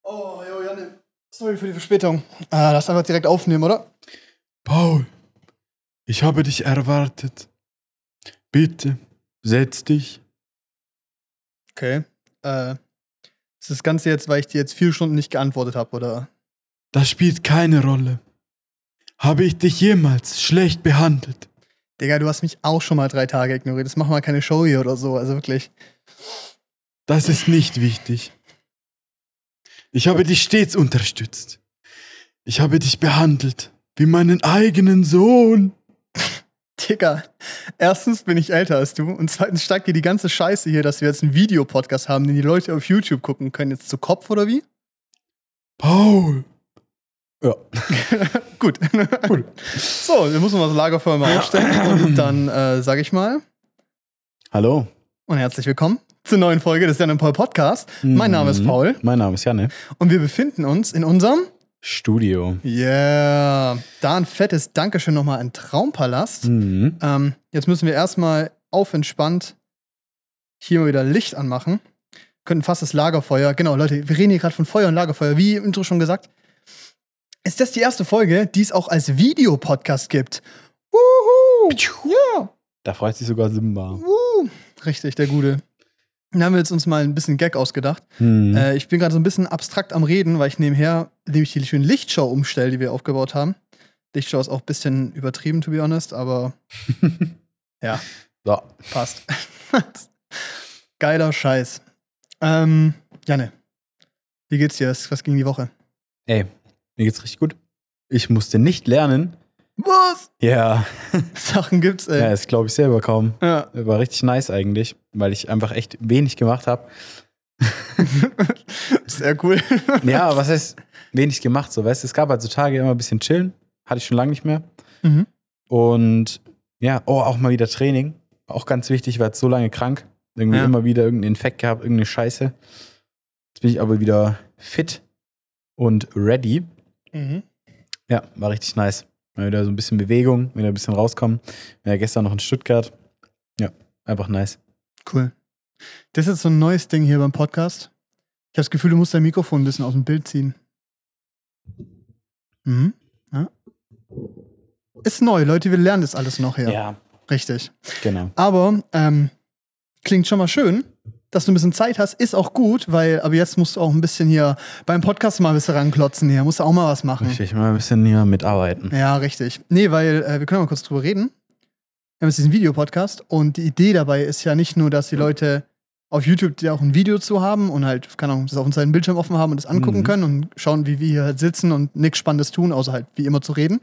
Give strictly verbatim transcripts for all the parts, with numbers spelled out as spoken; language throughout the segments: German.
Oh, jo, Janne. Sorry für die Verspätung. Ah, lass einfach direkt aufnehmen, oder? Paul, ich habe dich erwartet. Bitte, setz dich. Okay. Äh, ist das Ganze jetzt, weil ich dir jetzt vier Stunden nicht geantwortet habe, oder? Das spielt keine Rolle. Habe ich dich jemals schlecht behandelt? Digga, du hast mich auch schon mal drei Tage ignoriert. Das machen wir keine Show hier oder so, also wirklich. Das ist nicht wichtig. Ich habe dich stets unterstützt. Ich habe dich behandelt wie meinen eigenen Sohn. Digga, erstens bin ich älter als du und zweitens steigt dir die ganze Scheiße hier, dass wir jetzt einen Videopodcast haben, den die Leute auf YouTube gucken können, jetzt zu Kopf oder wie? Paul. Ja. Gut. Gut. So, dann muss man das Lagerfeuer mal aufstellen und dann äh, sage ich mal Hallo. und herzlich willkommen zur neuen Folge des Jan und Paul Podcast. Mhm. Mein Name ist Paul. Mein Name ist Janne. Und wir befinden uns in unserem Studio. Yeah. Da ein fettes Dankeschön nochmal an Traumpalast. Mhm. Ähm, jetzt müssen wir erstmal auf entspannt hier mal wieder Licht anmachen. Könnten fast das Lagerfeuer. Genau, Leute, wir reden hier gerade von Feuer und Lagerfeuer. Wie im Intro schon gesagt. Ist das die erste Folge, die es auch als Videopodcast gibt? Wuhu! Ja. Da freut sich sogar Simba. Wuhu. Richtig, der Gute. Dann haben wir jetzt uns mal ein bisschen Gag ausgedacht. Mhm. Äh, ich bin gerade so ein bisschen abstrakt am Reden, weil ich nebenher, indem ich die schöne Lichtshow umstelle, die wir aufgebaut haben. Lichtshow ist auch ein bisschen übertrieben, to be honest, aber ja, so. Passt. Geiler Scheiß. Ähm, Janne, wie geht's dir? Was ging die Woche? Ey, mir geht's richtig gut. Ich musste nicht lernen. Was? Ja. Sachen gibt's, ey. Ja, das glaube ich selber kaum. Ja. War richtig nice eigentlich, weil ich einfach echt wenig gemacht habe. Sehr cool. Ja, was heißt wenig gemacht, so, weißt du? Es gab halt so Tage immer ein bisschen chillen. Hatte ich schon lange nicht mehr. Mhm. Und ja, oh, auch mal wieder Training. Auch ganz wichtig, ich war jetzt so lange krank. Irgendwie Ja. immer wieder irgendeinen Infekt gehabt, irgendeine Scheiße. Jetzt bin ich aber wieder fit und ready. Mhm. Ja, war richtig nice. Mal wieder so ein bisschen Bewegung, wieder ein bisschen rauskommen. Wir waren gestern noch in Stuttgart. Ja, einfach nice. Cool. Das ist jetzt so ein neues Ding hier beim Podcast. Ich habe das Gefühl, du musst dein Mikrofon ein bisschen aus dem Bild ziehen. Mhm. Ja. Ist neu, Leute, wir lernen das alles noch her. Ja, Richtig. genau. Aber ähm, klingt schon mal schön, dass du ein bisschen Zeit hast, ist auch gut, weil aber jetzt musst du auch ein bisschen hier beim Podcast mal ein bisschen ranklotzen hier, musst du auch mal was machen. Richtig, mal ein bisschen hier mitarbeiten. Ja, richtig. Nee, weil äh, wir können mal kurz drüber reden. Wir haben jetzt diesen Videopodcast und die Idee dabei ist ja nicht nur, dass die Leute auf YouTube die auch ein Video zu haben und halt, keine Ahnung, das auf unserem Bildschirm offen haben und das angucken Mhm. können und schauen, wie wir hier halt sitzen und nichts Spannendes tun, außer halt wie immer zu reden.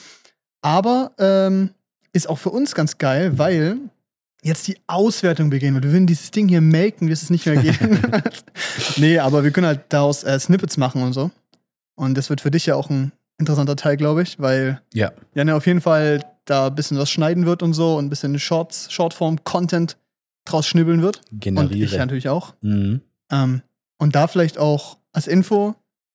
Aber ähm, ist auch für uns ganz geil, weil jetzt die Auswertung beginnen wird. Wir würden dieses Ding hier melken, bis es nicht mehr geht. Nee, aber wir können halt daraus äh, Snippets machen und so. Und das wird für dich ja auch ein interessanter Teil, glaube ich, weil Ja. Janne auf jeden Fall da ein bisschen was schneiden wird und so und ein bisschen Shorts, Shortform-Content draus schnibbeln wird. Und ich Generiere. natürlich auch. Mhm. Ähm, und da vielleicht auch als Info,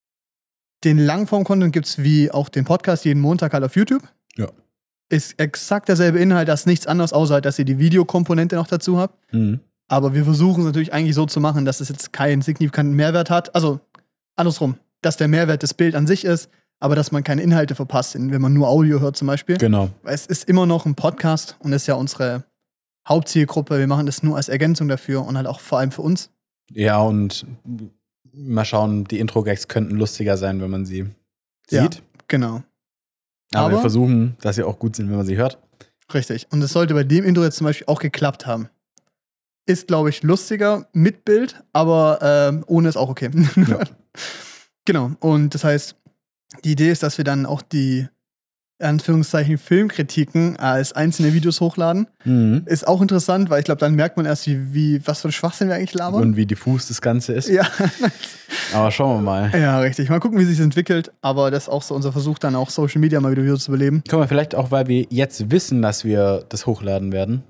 den Langform-Content gibt's wie auch den Podcast jeden Montag halt auf YouTube. Ja. Ist exakt derselbe Inhalt, das ist nichts anderes, außer halt, dass ihr die Videokomponente noch dazu habt. Mhm. Aber wir versuchen es natürlich eigentlich so zu machen, dass es jetzt keinen signifikanten Mehrwert hat. Also andersrum, dass der Mehrwert das Bild an sich ist, aber dass man keine Inhalte verpasst, wenn man nur Audio hört zum Beispiel. Genau. Weil es ist immer noch ein Podcast und das ist ja unsere Hauptzielgruppe. Wir machen das nur als Ergänzung dafür und halt auch vor allem für uns. Ja, und mal schauen, die Intro-Gags könnten lustiger sein, wenn man sie Ja. sieht. Genau. Aber, Aber- wir versuchen, dass sie auch gut sind, wenn man sie hört. Richtig. Und es sollte bei dem Intro jetzt zum Beispiel auch geklappt haben. Ist, glaube ich, lustiger mit Bild, aber ähm, ohne ist auch okay. Ja. Genau. Und das heißt, die Idee ist, dass wir dann auch die in Anführungszeichen Filmkritiken als einzelne Videos hochladen. Mhm. Ist auch interessant, weil ich glaube, dann merkt man erst, wie, wie was für ein Schwachsinn wir eigentlich labern. Und wie diffus das Ganze ist. Ja. Aber schauen wir mal. Ja, richtig. Mal gucken, wie sich entwickelt. Aber das ist auch so unser Versuch, dann auch Social Media mal wieder, wieder zu beleben. Guck mal, vielleicht auch, weil wir jetzt wissen, dass wir das hochladen werden.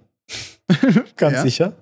Ganz Ja. sicher.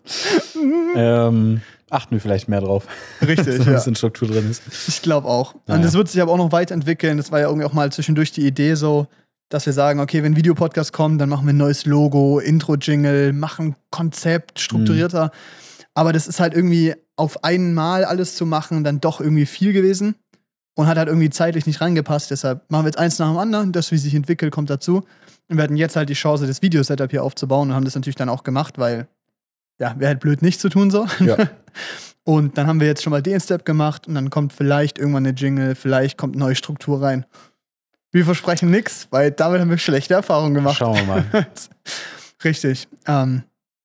ähm, achten wir vielleicht mehr drauf. Richtig, dass so ein ja. bisschen Struktur drin ist. Ich glaube auch. Ja, Und das ja. wird sich aber auch noch weiterentwickeln. Das war ja irgendwie auch mal zwischendurch die Idee so, dass wir sagen, okay, wenn Videopodcast kommen, dann machen wir ein neues Logo, Intro-Jingle, machen Konzept, strukturierter. Aber das ist halt irgendwie auf einmal alles zu machen, dann doch irgendwie viel gewesen. und hat halt irgendwie zeitlich nicht reingepasst. Deshalb machen wir jetzt eins nach dem anderen. Das, wie sich entwickelt, kommt dazu. Und wir hatten jetzt halt die Chance, das Video-Setup hier aufzubauen und haben das natürlich dann auch gemacht, weil, ja, wäre halt blöd, nichts zu tun so. Ja. Und dann haben wir jetzt schon mal den Step gemacht und dann kommt vielleicht irgendwann eine Jingle, vielleicht kommt neue Struktur rein. Wir versprechen nichts, weil damit haben wir schlechte Erfahrungen gemacht. Schauen wir mal. Richtig. Ähm,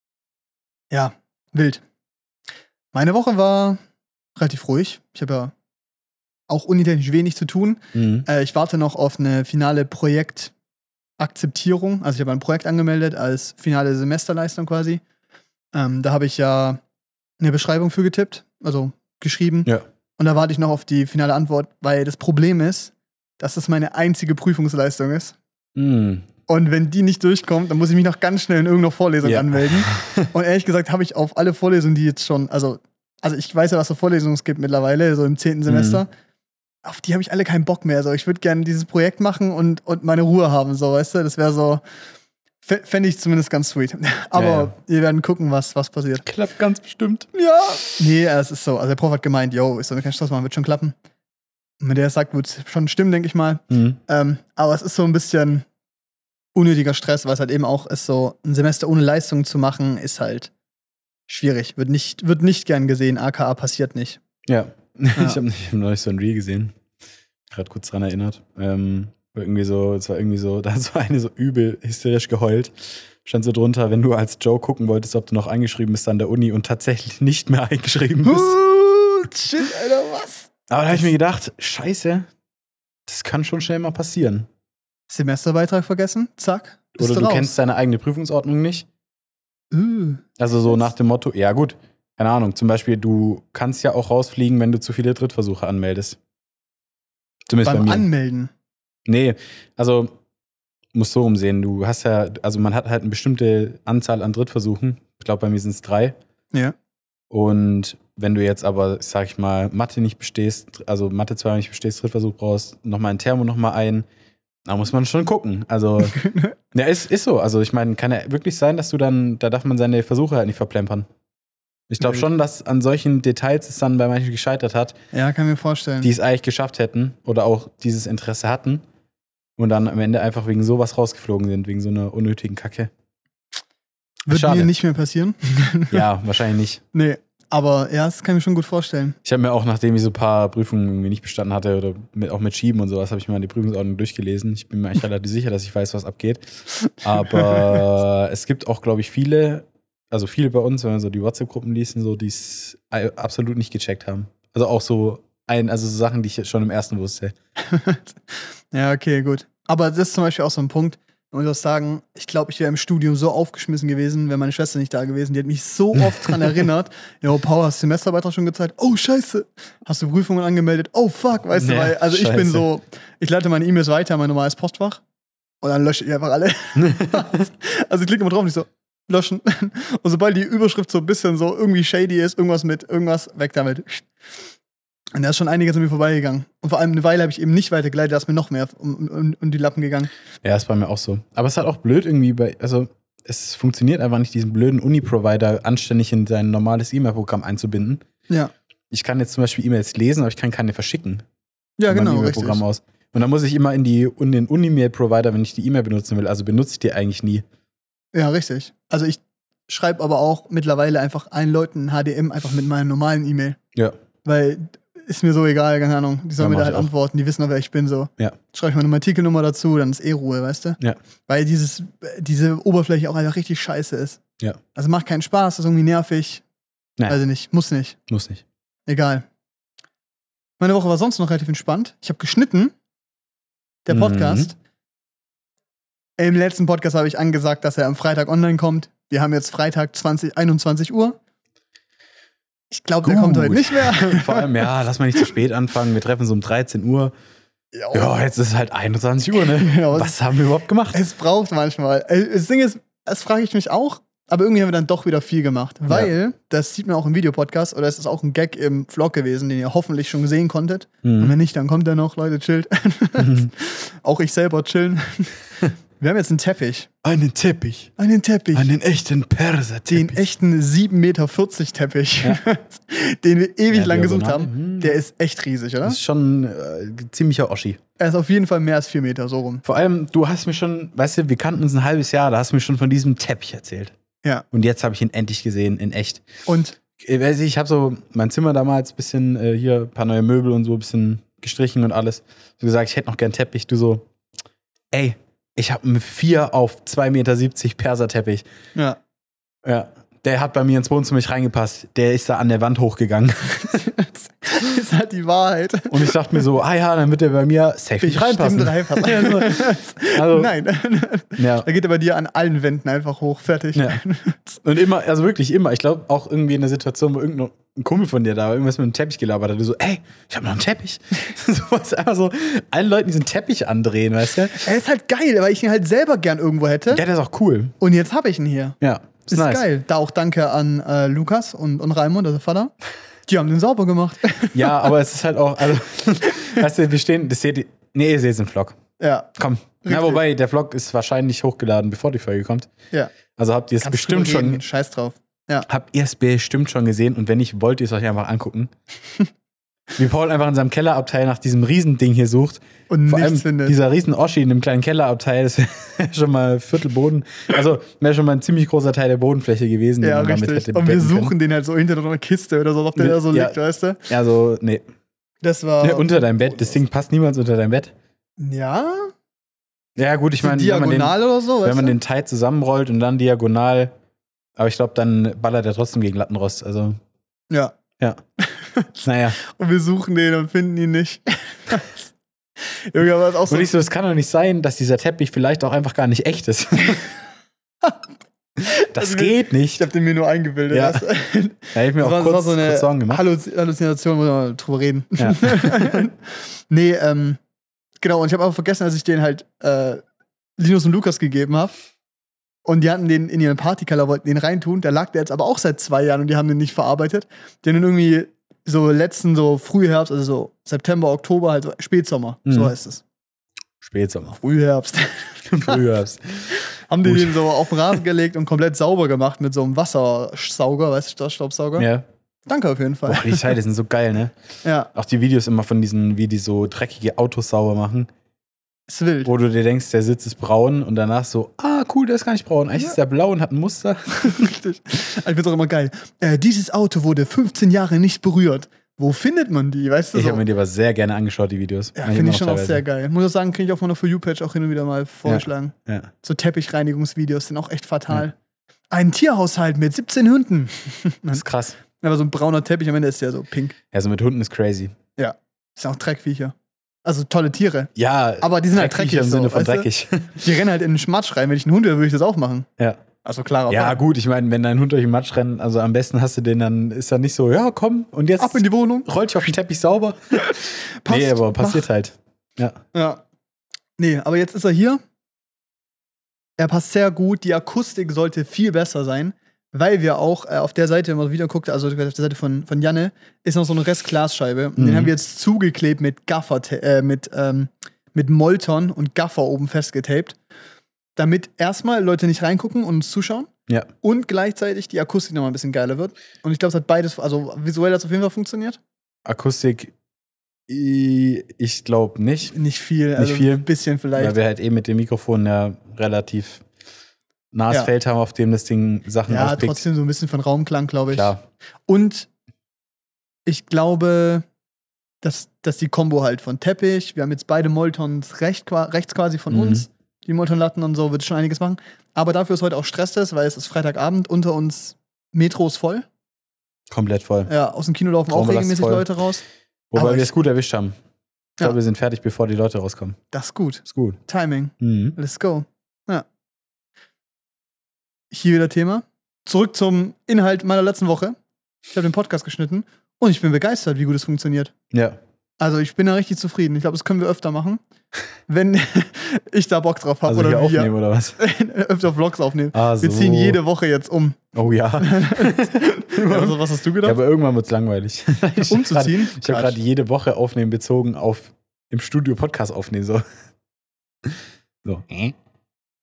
ja, wild. Meine Woche war relativ ruhig. Ich habe ja auch unitechnisch wenig zu tun. Mhm. Äh, ich warte noch auf eine finale Projektakzeptierung. Also ich habe ein Projekt angemeldet als finale Semesterleistung quasi. Ähm, da habe ich ja eine Beschreibung für getippt, also geschrieben. Ja. Und da warte ich noch auf die finale Antwort, weil das Problem ist, dass das meine einzige Prüfungsleistung ist. Mhm. Und wenn die nicht durchkommt, dann muss ich mich noch ganz schnell in irgendeiner Vorlesung Ja. anmelden. Und ehrlich gesagt habe ich auf alle Vorlesungen, die jetzt schon, also, also ich weiß ja, was für Vorlesungen es gibt mittlerweile, so im zehnten Semester. Mhm. Auf die habe ich alle keinen Bock mehr. So, ich würde gerne dieses Projekt machen und, und meine Ruhe haben, so, weißt du? Das wäre so, fände ich zumindest ganz sweet. Aber Ja, ja. wir werden gucken, was, was passiert. Klappt ganz bestimmt. Ja. Nee, es ist so. Also der Prof hat gemeint, yo, ich soll mir keinen Stress machen, wird schon klappen. Und wenn der es sagt, wird es schon stimmen, denke ich mal. Mhm. Ähm, aber es ist so ein bisschen unnötiger Stress, weil es halt eben auch ist so, ein Semester ohne Leistung zu machen, ist halt schwierig. Wird nicht, wird nicht gern gesehen, aka passiert nicht. Ja. Ja. Ich habe hab neulich so ein Reel gesehen. Gerade kurz dran erinnert. Ähm, irgendwie so, es war irgendwie so, da hat so eine so übel hysterisch geheult. Stand so drunter, wenn du als Joe gucken wolltest, ob du noch eingeschrieben bist an der Uni und tatsächlich nicht mehr eingeschrieben bist. Uh, shit, Alter, was? Aber da habe ich mir gedacht, scheiße, das kann schon schnell mal passieren. Semesterbeitrag vergessen, zack. bist Oder du raus. kennst deine eigene Prüfungsordnung nicht. Uh. Also so nach dem Motto, ja gut, keine Ahnung, zum Beispiel, du kannst ja auch rausfliegen, wenn du zu viele Drittversuche anmeldest. Zumindest Beim bei mir. Anmelden. Nee, also musst so rumsehen. Du hast ja, also man hat halt eine bestimmte Anzahl an Drittversuchen. Ich glaube, bei mir sind es drei. Ja. Und wenn du jetzt aber, sag ich mal, Mathe nicht bestehst, also Mathe zwei nicht bestehst, Drittversuch brauchst, nochmal ein Thermo nochmal ein, da muss man schon gucken. Also, ja, ist, ist so. Also ich meine, kann ja wirklich sein, dass du dann, da darf man seine Versuche halt nicht verplempern. Ich glaube Wild. schon, dass an solchen Details es dann bei manchen gescheitert hat, Ja, kann ich mir vorstellen. die es eigentlich geschafft hätten oder auch dieses Interesse hatten und dann am Ende einfach wegen sowas rausgeflogen sind, wegen so einer unnötigen Kacke. Wird schade. mir nicht mehr passieren. Ja, wahrscheinlich nicht. Nee, aber ja, das kann ich mir schon gut vorstellen. Ich habe mir auch, nachdem ich so ein paar Prüfungen irgendwie nicht bestanden hatte oder mit, auch mit Schieben und sowas, habe ich mal die Prüfungsordnung durchgelesen. Ich bin mir eigentlich relativ sicher, dass ich weiß, was abgeht. Aber es gibt auch, glaube ich, viele, also viele bei uns, wenn wir so die WhatsApp-Gruppen lesen, so, die es absolut nicht gecheckt haben. Also auch so ein, also so Sachen, die ich schon im ersten wusste. Ja, okay, gut. Aber das ist zum Beispiel auch so ein Punkt, ich muss auch sagen, ich glaube, ich wäre im Studium so aufgeschmissen gewesen, wäre meine Schwester nicht da gewesen. Die hat mich so oft dran erinnert. Jo, Paul, hast du Semesterbeitrag schon gezeigt? Oh, scheiße. Hast du Prüfungen angemeldet? Oh, fuck. Weißt Nee, du, weil, also ich scheiße. bin so, ich leite meine E-Mails weiter in mein normales Postfach und dann lösche ich einfach alle. Also ich klicke immer drauf und ich so, löschen. Und sobald die Überschrift so ein bisschen so irgendwie shady ist, irgendwas mit, irgendwas, weg damit. Und da ist schon einiges an mir vorbeigegangen. Und vor allem eine Weile habe ich eben nicht weitergeleitet, da ist mir noch mehr um, um, um die Lappen gegangen. Ja, ist bei mir auch so. Aber es ist halt auch blöd irgendwie, bei, also es funktioniert einfach nicht, diesen blöden Uni-Provider anständig in sein normales E-Mail-Programm einzubinden. Ja. Ich kann jetzt zum Beispiel E-Mails lesen, aber ich kann keine verschicken. Ja, von meinem genau, E-Mail-Programm richtig. aus. Und dann muss ich immer in, die, in den Uni-Mail-Provider, wenn ich die E-Mail benutzen will. Also benutze ich die eigentlich nie. Ja, richtig. Also ich schreibe aber auch mittlerweile einfach allen Leuten ein H D M einfach mit meiner normalen E-Mail. Ja. Weil ist mir so egal, keine Ahnung. Die sollen Ja, mir mach da halt ich auch. antworten, die wissen auch, wer ich bin, so. Ja. Schreibe ich mal eine Artikelnummer dazu, dann ist eh Ruhe, weißt du? Ja. Weil dieses, diese Oberfläche auch einfach richtig scheiße ist. Ja. Also macht keinen Spaß, ist irgendwie nervig. Nein. Weiß ich nicht, muss nicht. Muss nicht. Egal. Meine Woche war sonst noch relativ entspannt. Ich habe geschnitten. Der Mhm. Podcast. Im letzten Podcast habe ich angesagt, dass er am Freitag online kommt. Wir haben jetzt Freitag zwanzig, einundzwanzig Uhr. Ich glaube, der Gut. kommt heute nicht mehr. Vor allem, ja, lass mal nicht zu spät anfangen. Wir treffen so um dreizehn Uhr. Ja, Ja, jetzt ist es halt einundzwanzig Uhr, ne? Ja, was- Was haben wir überhaupt gemacht? Es braucht manchmal. Äh, Das Ding ist, das frage ich mich auch, aber irgendwie haben wir dann doch wieder viel gemacht. Weil, das sieht man auch im Videopodcast, oder es ist auch ein Gag im Vlog gewesen, den ihr hoffentlich schon sehen konntet. Und Mhm. wenn nicht, dann kommt er noch, Leute, chillt. Mhm. Auch ich selber chillen. Wir haben jetzt einen Teppich. Einen Teppich. Einen Teppich. Einen echten Perser-Teppich. Den echten sieben Meter vierzig Teppich, Ja. den wir ewig Ja, lang gesucht diagonal. haben. Hm. Der ist echt riesig, oder? Das ist schon äh, ziemlicher Oschi. Er ist auf jeden Fall mehr als vier Meter, so rum. Vor allem, du hast mir schon, weißt du, wir kannten uns ein halbes Jahr, da hast du mir schon von diesem Teppich erzählt. Ja. Und jetzt habe ich ihn endlich gesehen, in echt. Und Ich weiß nicht, ich habe so mein Zimmer damals ein bisschen, äh, hier, ein paar neue Möbel und so, ein bisschen gestrichen und alles. So gesagt, ich hätte noch gern Teppich. Du so, ey, ich habe einen vier auf zwei Meter siebzig Perserteppich. ja. Ja, der hat bei mir ins Wohnzimmer nicht reingepasst. Der ist da an der Wand hochgegangen. Das ist halt die Wahrheit. Und ich dachte mir so, ah ja, dann wird der bei mir safe nicht reinpassen. Bestimmt reinpassen. Also, Nein. ja. Da geht er bei dir an allen Wänden einfach hoch. Fertig. Ja. Und immer, also wirklich immer. Ich glaube auch irgendwie in der Situation, wo irgendein Kumpel von dir da war, irgendwas mit einem Teppich gelabert hat. Du so, ey, ich habe noch einen Teppich. So was einfach so, allen Leuten diesen Teppich andrehen, weißt du? Er ist halt geil, weil ich ihn halt selber gern irgendwo hätte. Ja, der ist auch cool. Und jetzt habe ich ihn hier. Ja, ist, Ist nice. geil. Da auch danke an äh, Lukas und, und Raimund, also Vater. Die haben den sauber gemacht. Ja, aber es ist halt auch, also, weißt du, wir stehen, das seht ihr, nee, ihr seht es im Vlog. Ja. Komm. Richtig. Na, wobei, der Vlog ist wahrscheinlich hochgeladen, bevor die Folge kommt. Ja. Also habt ihr es Kannst bestimmt drüber reden. schon, Scheiß drauf. Ja. habt ihr es bestimmt schon gesehen und wenn nicht, wollt ihr es euch einfach angucken. Wie Paul einfach in seinem Kellerabteil nach diesem Riesending hier sucht. Und Vor allem nichts findet. dieser riesen Oschi in dem kleinen Kellerabteil, das wäre schon mal Viertel Boden. Also wäre schon mal ein ziemlich großer Teil der Bodenfläche gewesen, Ja, den man damit richtig. hätte Und wir bedecken suchen den halt so hinter so einer Kiste oder so, ob der Wir- da so ja. liegt, weißt du? können. Ja, so, nee. Das war. Ja, unter deinem Bett, das Ding passt niemals unter dein Bett. Ja? Ja, gut, ich So meine, wenn man, den, diagonal oder so, weißt wenn man du? den Teil zusammenrollt und dann diagonal, aber ich glaube, dann ballert er trotzdem gegen Lattenrost. Also, Ja. ja. Naja. Und wir suchen den und finden ihn nicht. Junge, aber das ist auch so. Und ich so, es kann doch nicht sein, dass dieser Teppich vielleicht auch einfach gar nicht echt ist. Das Also, geht Ich nicht. hab den mir nur eingebildet. Ja. weißt du? Da hätte ich mir Das auch war, kurz, das war so eine kurz Sorgen gemacht. Halluz- Halluzination, muss man mal drüber reden. Ja. Nee, ähm, genau, und ich habe auch vergessen, als ich den halt äh, Linus und Lukas gegeben habe. Und die hatten den in ihren Partykeller, wollten den reintun. Da lag der jetzt aber auch seit zwei Jahren und die haben den nicht verarbeitet. Den dann irgendwie so letzten, so Frühherbst, also so September, Oktober, halt so Spätsommer. Mhm. So heißt es. Spätsommer. Frühherbst. Frühherbst. Haben die Gut. den so auf den Rasen gelegt und komplett sauber gemacht mit so einem Wassersauger, weißt du, Staubsauger? Ja. Danke auf jeden Fall. Boah, die Teile sind so geil, ne? Ja, Auch die Videos immer von diesen, wie die so dreckige Autos sauber machen, ist wild. wo du dir denkst, der Sitz ist braun und danach so, ah, cool, der ist gar nicht braun. Eigentlich Ja. ist der blau und hat ein Muster. Richtig. Ich find's auch immer geil. Äh, dieses Auto wurde fünfzehn Jahre nicht berührt. Wo findet man die, weißt du? Ich so? habe mir die aber sehr gerne angeschaut, die Videos. Ja, Mach finde immer ich schon noch auch sehr teilweise. geil. Muss auch sagen, kriege ich auf meiner For You-Page auch hin und wieder mal vorgeschlagen. Ja. So Teppichreinigungsvideos sind auch echt fatal. Ein Tierhaushalt mit siebzehn Hunden. Das ist krass. Aber so ein brauner Teppich, am Ende ist der so pink. Ja, so mit Hunden ist crazy. Ist auch Dreckviecher. Also tolle Tiere. Ja, Aber die sind halt Dreckviecher dreckig im Sinne so, von weißt du? dreckig. Die rennen halt in den Schmatsch rein. Wenn ich einen Hund wäre, würde ich das auch machen. Ja. Also klarer Ja, Fall. gut, ich meine, wenn dein Hund durch den Matsch rennt, also am besten hast du den, dann ist er nicht so, ja, komm, und jetzt Ab in die Wohnung. rollt dich auf den Teppich sauber. Passt. Nee, aber passiert Mach. halt. Ja. Ja. Nee, aber jetzt ist er hier. Er passt sehr gut. Die Akustik sollte viel besser sein, weil wir auch äh, auf der Seite, wenn man wieder guckt, also auf der Seite von, von Janne, ist noch so eine Restglasscheibe. Und Mhm. den haben wir jetzt zugeklebt mit Gaffer, äh, mit, ähm, mit Molton und Gaffer oben festgetaped. Damit erstmal Leute nicht reingucken und uns zuschauen. Ja. Und gleichzeitig die Akustik nochmal ein bisschen geiler wird. Und ich glaube, es hat beides, also visuell hat es auf jeden Fall funktioniert. Akustik, i- ich glaube nicht, Nicht viel, also viel, ein bisschen vielleicht. weil wir halt eben mit dem Mikrofon ja relativ nahes Ja. Feld haben, auf dem das Ding Sachen Ja, auspickt. trotzdem so ein bisschen von Raumklang, glaube ich. Klar. Und ich glaube, dass, dass die Kombo halt von Teppich, wir haben jetzt beide Moltons recht, qua- rechts quasi von Mhm. uns, die Moltonlatten und so, wird schon einiges machen. Aber dafür ist heute auch Stress, ist, weil es ist Freitagabend, unter uns Metro ist voll. Komplett voll. Ja, aus dem Kino laufen auch Traumlast regelmäßig voll. Leute raus. Wobei aber wir ich- es gut erwischt haben. Ich Ja. glaube, wir sind fertig, bevor die Leute rauskommen. Das ist gut. Ist gut. Timing. Mhm. Let's go. Ja. Hier wieder Thema. Zurück zum Inhalt meiner letzten Woche. Ich habe den Podcast geschnitten und ich bin begeistert, wie gut es funktioniert. Ja. Also ich bin da richtig zufrieden. Ich glaube, das können wir öfter machen, wenn ich da Bock drauf habe. Also oder hier wir aufnehmen oder was? öfter Vlogs aufnehmen. Ah, Wir so. ziehen jede Woche jetzt um. Oh ja. Also, was hast du Ja, gedacht? aber irgendwann wird es langweilig. Ich hab Umzuziehen? grad- Ich habe gerade jede Woche aufnehmen bezogen auf im Studio Podcast aufnehmen. So. So. Äh?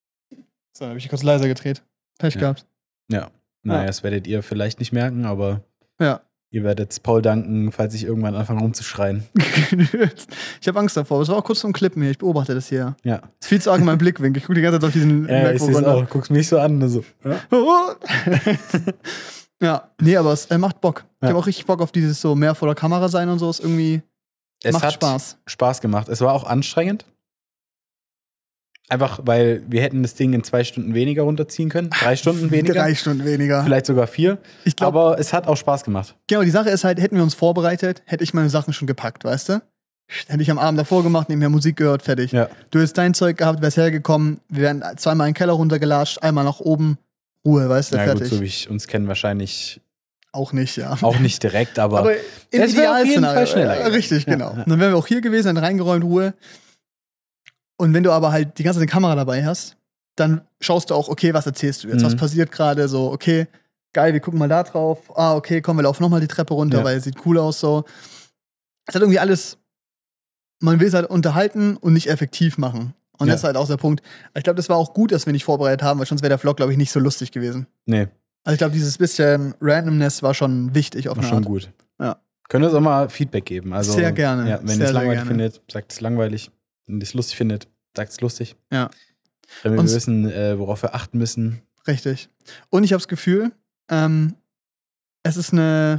So, dann habe ich kurz leiser gedreht. Pech Ja. gehabt. Ja. Naja, Ja. das werdet ihr vielleicht nicht merken, aber Ja. ihr werdet Paul danken, falls ich irgendwann anfange rumzuschreien. Ich habe Angst davor. Aber es war auch kurz vom Klippen hier. Ich beobachte das hier. Ja. Es ist viel zu arg in meinem Blickwinkel. Ich gucke die ganze Zeit auf diesen Ja, ich MacBook sehe es runter. auch. Guckst mich so an. So. Ja. Ja, nee, aber es äh, macht Bock. Ich Ja. habe auch richtig Bock auf dieses so mehr vor der Kamera sein und so. Ist irgendwie Es macht hat Spaß. Spaß gemacht. Es war auch anstrengend. Einfach, weil wir hätten das Ding in zwei Stunden weniger runterziehen können. Drei Stunden weniger. Drei Stunden weniger. Vielleicht sogar vier. Ich glaube, Aber es hat auch Spaß gemacht. genau, die Sache ist halt, hätten wir uns vorbereitet, hätte ich meine Sachen schon gepackt, weißt du? Hätte ich am Abend davor gemacht, nebenher Musik gehört, fertig. Ja. Du hättest dein Zeug gehabt, wärst hergekommen, wir wären zweimal in den Keller runtergelatscht, einmal nach oben, Ruhe, weißt du, Na gut, fertig. so wie ich uns kennen, wahrscheinlich Auch nicht, ja. auch nicht direkt, aber, Aber im es wär auf jeden Idealszenario. Fall schneller äh, gegangen. Richtig, Ja, genau. ja. Dann wären wir auch hier gewesen, dann reingeräumt, Ruhe. Und wenn du aber halt die ganze Zeit eine Kamera dabei hast, dann schaust du auch, okay, was erzählst du jetzt? Mhm. Was passiert gerade? So, okay, geil, wir gucken mal da drauf. Ah, okay, komm, wir laufen nochmal die Treppe runter, Ja. weil es sieht cool aus so. Es hat irgendwie alles, man will es halt unterhalten und nicht effektiv machen. Und Ja. das ist halt auch der Punkt. Ich glaube, das war auch gut, dass wir nicht vorbereitet haben, weil sonst wäre der Vlog, glaube ich, nicht so lustig gewesen. nee, Also ich glaube, dieses bisschen Randomness war schon wichtig auf war eine schon Art. gut. Ja. Können uns auch mal Feedback geben. Also, Sehr gerne. Ja, wenn Sehr, ihr es sehr langweilig gerne. findet, sagt es langweilig. Wenn ihr es lustig findet, sagt es lustig. Ja. Damit Und- wir wissen, äh, worauf wir achten müssen. Richtig. Und ich habe das Gefühl, ähm, es ist eine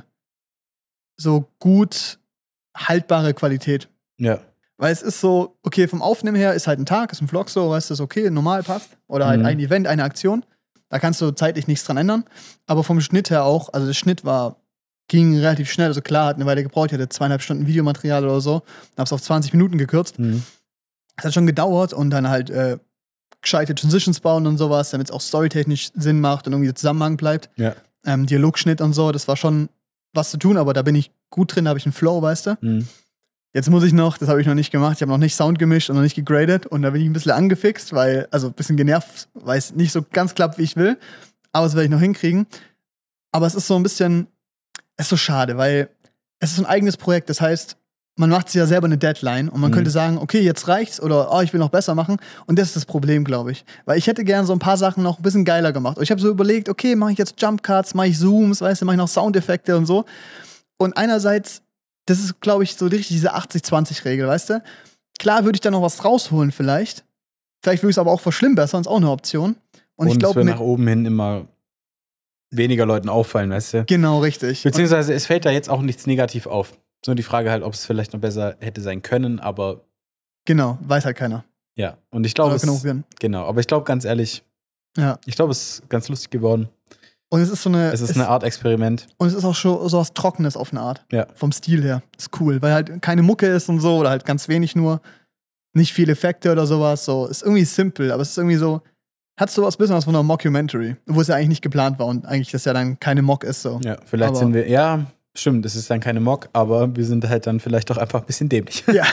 so gut haltbare Qualität. Ja. Weil es ist so, okay, vom Aufnehmen her ist halt ein Tag, ist ein Vlog so, weißt du, ist okay, normal passt. Oder halt Mhm. ein Event, eine Aktion. Da kannst du zeitlich nichts dran ändern. Aber vom Schnitt her auch, also der Schnitt war, ging relativ schnell. Also klar, hat eine Weile gebraucht, ich hatte zweieinhalb Stunden Videomaterial oder so. Hab's auf zwanzig Minuten gekürzt. Mhm. Es hat schon gedauert und dann halt äh, gescheite Transitions bauen und sowas, damit es auch storytechnisch Sinn macht und irgendwie der Zusammenhang bleibt. Ja. Ähm, Dialogschnitt und so, das war schon was zu tun, aber da bin ich gut drin, da habe ich einen Flow, weißt du. Mhm. Jetzt muss ich noch, das habe ich noch nicht gemacht, ich habe noch nicht Sound gemischt und noch nicht gegradet und da bin ich ein bisschen angefixt, weil, also ein bisschen genervt, weil es nicht so ganz klappt, wie ich will, aber das werde ich noch hinkriegen. Aber es ist so ein bisschen, es ist so schade, weil es ist so ein eigenes Projekt, das heißt, man macht sich ja selber eine Deadline und man Mhm. könnte sagen, okay, jetzt reicht's oder oh, ich will noch besser machen. Und das ist das Problem, glaube ich. Weil ich hätte gern so ein paar Sachen noch ein bisschen geiler gemacht. Und ich habe so überlegt, okay, mache ich jetzt Jump Cuts, mache ich Zooms, weißt du, mache ich noch Soundeffekte und so. Und einerseits, das ist, glaube ich, so richtig diese achtzig zwanzig Regel, weißt du? Klar würde ich da noch was rausholen vielleicht. Vielleicht würde ich es aber auch verschlimmbessern, ist auch eine Option. Und, Und, ich es glaube, wird mit nach oben hin immer weniger Leuten auffallen, weißt du? genau richtig. Und, Beziehungsweise es fällt da jetzt auch nichts negativ auf. So die Frage halt, ob es vielleicht noch besser hätte sein können, aber genau, weiß halt keiner. ja. Und ich glaube, Oder es, genug werden. genau. Aber ich glaube ganz ehrlich, Ja. ich glaube, es ist ganz lustig geworden. Und es ist so eine. Es ist eine Art Experiment. Und es ist auch schon so was Trockenes auf eine Art. Ja. Vom Stil her. Ist cool, weil halt keine Mucke ist und so, oder halt ganz wenig nur. Nicht viele Effekte oder sowas. So, ist irgendwie simpel, aber es ist irgendwie so. Hat so was bisschen was von einer Mockumentary, wo es ja eigentlich nicht geplant war und eigentlich das ja dann keine Mock ist so. Ja, vielleicht Aber- sind wir, ja, stimmt, es ist dann keine Mock, aber wir sind halt dann vielleicht doch einfach ein bisschen dämlich. Ja.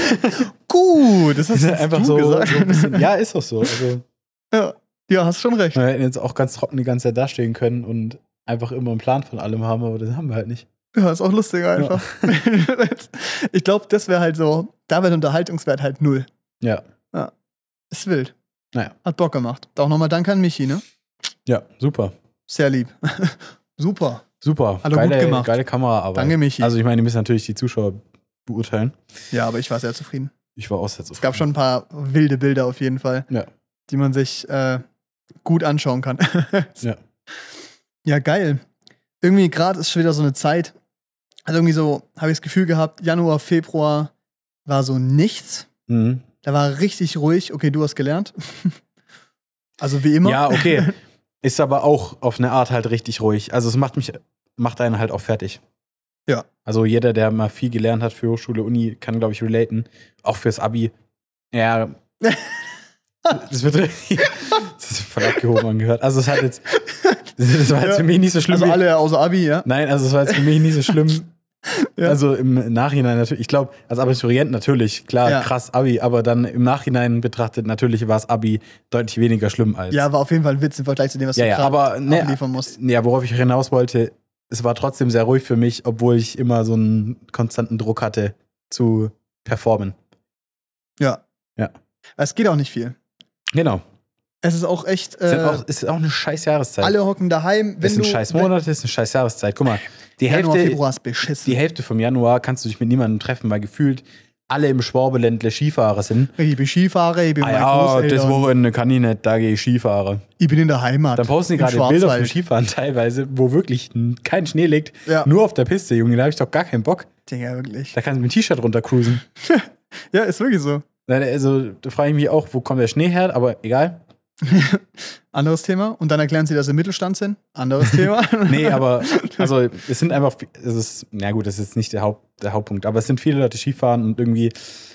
Gut, das Wir hast sind jetzt einfach du so, gesagt. so ein bisschen, ja, ist doch so. Also, ja. ja, hast schon recht. wir hätten jetzt auch ganz trocken die ganze Zeit dastehen können und einfach immer einen Plan von allem haben, aber das haben wir halt nicht. Ja, ist auch lustig einfach. Ich glaube, das wäre halt so, da wäre der Unterhaltungswert halt null. Ja, Ist wild. naja. Hat Bock gemacht. Auch nochmal Danke an Michi, ne? Ja, super. Sehr lieb. Super. Super. Hat er gut geile, gemacht. geile Kameraarbeit. Danke, Michi. Also ich meine, die müssen natürlich die Zuschauer beurteilen. Ja, aber ich war sehr zufrieden. Ich war auch sehr zufrieden. Es gab schon ein paar wilde Bilder auf jeden Fall, Ja. die man sich äh, gut anschauen kann. Ja. Ja, geil. Irgendwie gerade ist schon wieder so eine Zeit. Also irgendwie so, habe ich das Gefühl gehabt, Januar, Februar war so nichts. Mhm. Da war richtig ruhig. Okay, du hast gelernt. Also wie immer. Ja, okay. Ist aber auch auf eine Art halt richtig ruhig. Also es macht mich, macht einen halt auch fertig. Ja. Also jeder, der mal viel gelernt hat für Hochschule, Uni, kann, glaube ich, relaten. Auch fürs Abi. Ja. Das wird richtig. Das ist voll abgehoben angehört. Also es hat jetzt. Das war jetzt Ja. für mich nicht so schlimm. Also wie- alle außer Abi, ja. Nein, also es war jetzt für mich nicht so schlimm. Ja. Also im Nachhinein natürlich, ich glaube, als Abiturient natürlich, klar, Ja. krass Abi, aber dann im Nachhinein betrachtet, natürlich war das Abi deutlich weniger schlimm als. Ja, war auf jeden Fall ein Witz im Vergleich zu dem, was ja, du ja, gerade aber ne, abliefern musst. ja, worauf ich hinaus wollte, es war trotzdem sehr ruhig für mich, obwohl ich immer so einen konstanten Druck hatte zu performen. Ja. Ja. Es geht auch nicht viel. Genau. Es ist auch echt. Es ist Äh, auch, ist auch eine scheiß Jahreszeit. alle hocken daheim. Wenn Es ist ein du, scheiß Monat, es ist eine scheiß Jahreszeit. Guck mal, die Januar, Hälfte, Februar ist beschissen. die Hälfte vom Januar kannst du dich mit niemandem treffen, weil gefühlt alle im Schwabeländle Skifahrer sind. Ich bin Skifahrer, ich bin Ah meine ja, Großeltern. das Wochenende kann ich nicht, da gehe ich Skifahren. Ich bin in der Heimat. Dann posten die im gerade Bilder vom Schwarzwald. Skifahren teilweise, wo wirklich kein Schnee liegt, Ja. nur auf der Piste, Junge, da habe ich doch gar keinen Bock. Digga, wirklich. Da kannst du mit dem T-Shirt runter cruisen. Ja, ist wirklich so. Also, da frage ich mich auch, wo kommt der Schnee her, aber egal. Anderes Thema. Und dann erklären sie, dass sie im Mittelstand sind. Anderes Thema. Nee, aber also es sind einfach, es ist, na gut, das ist jetzt nicht der, Haupt, der Hauptpunkt, aber es sind viele Leute Skifahren und irgendwie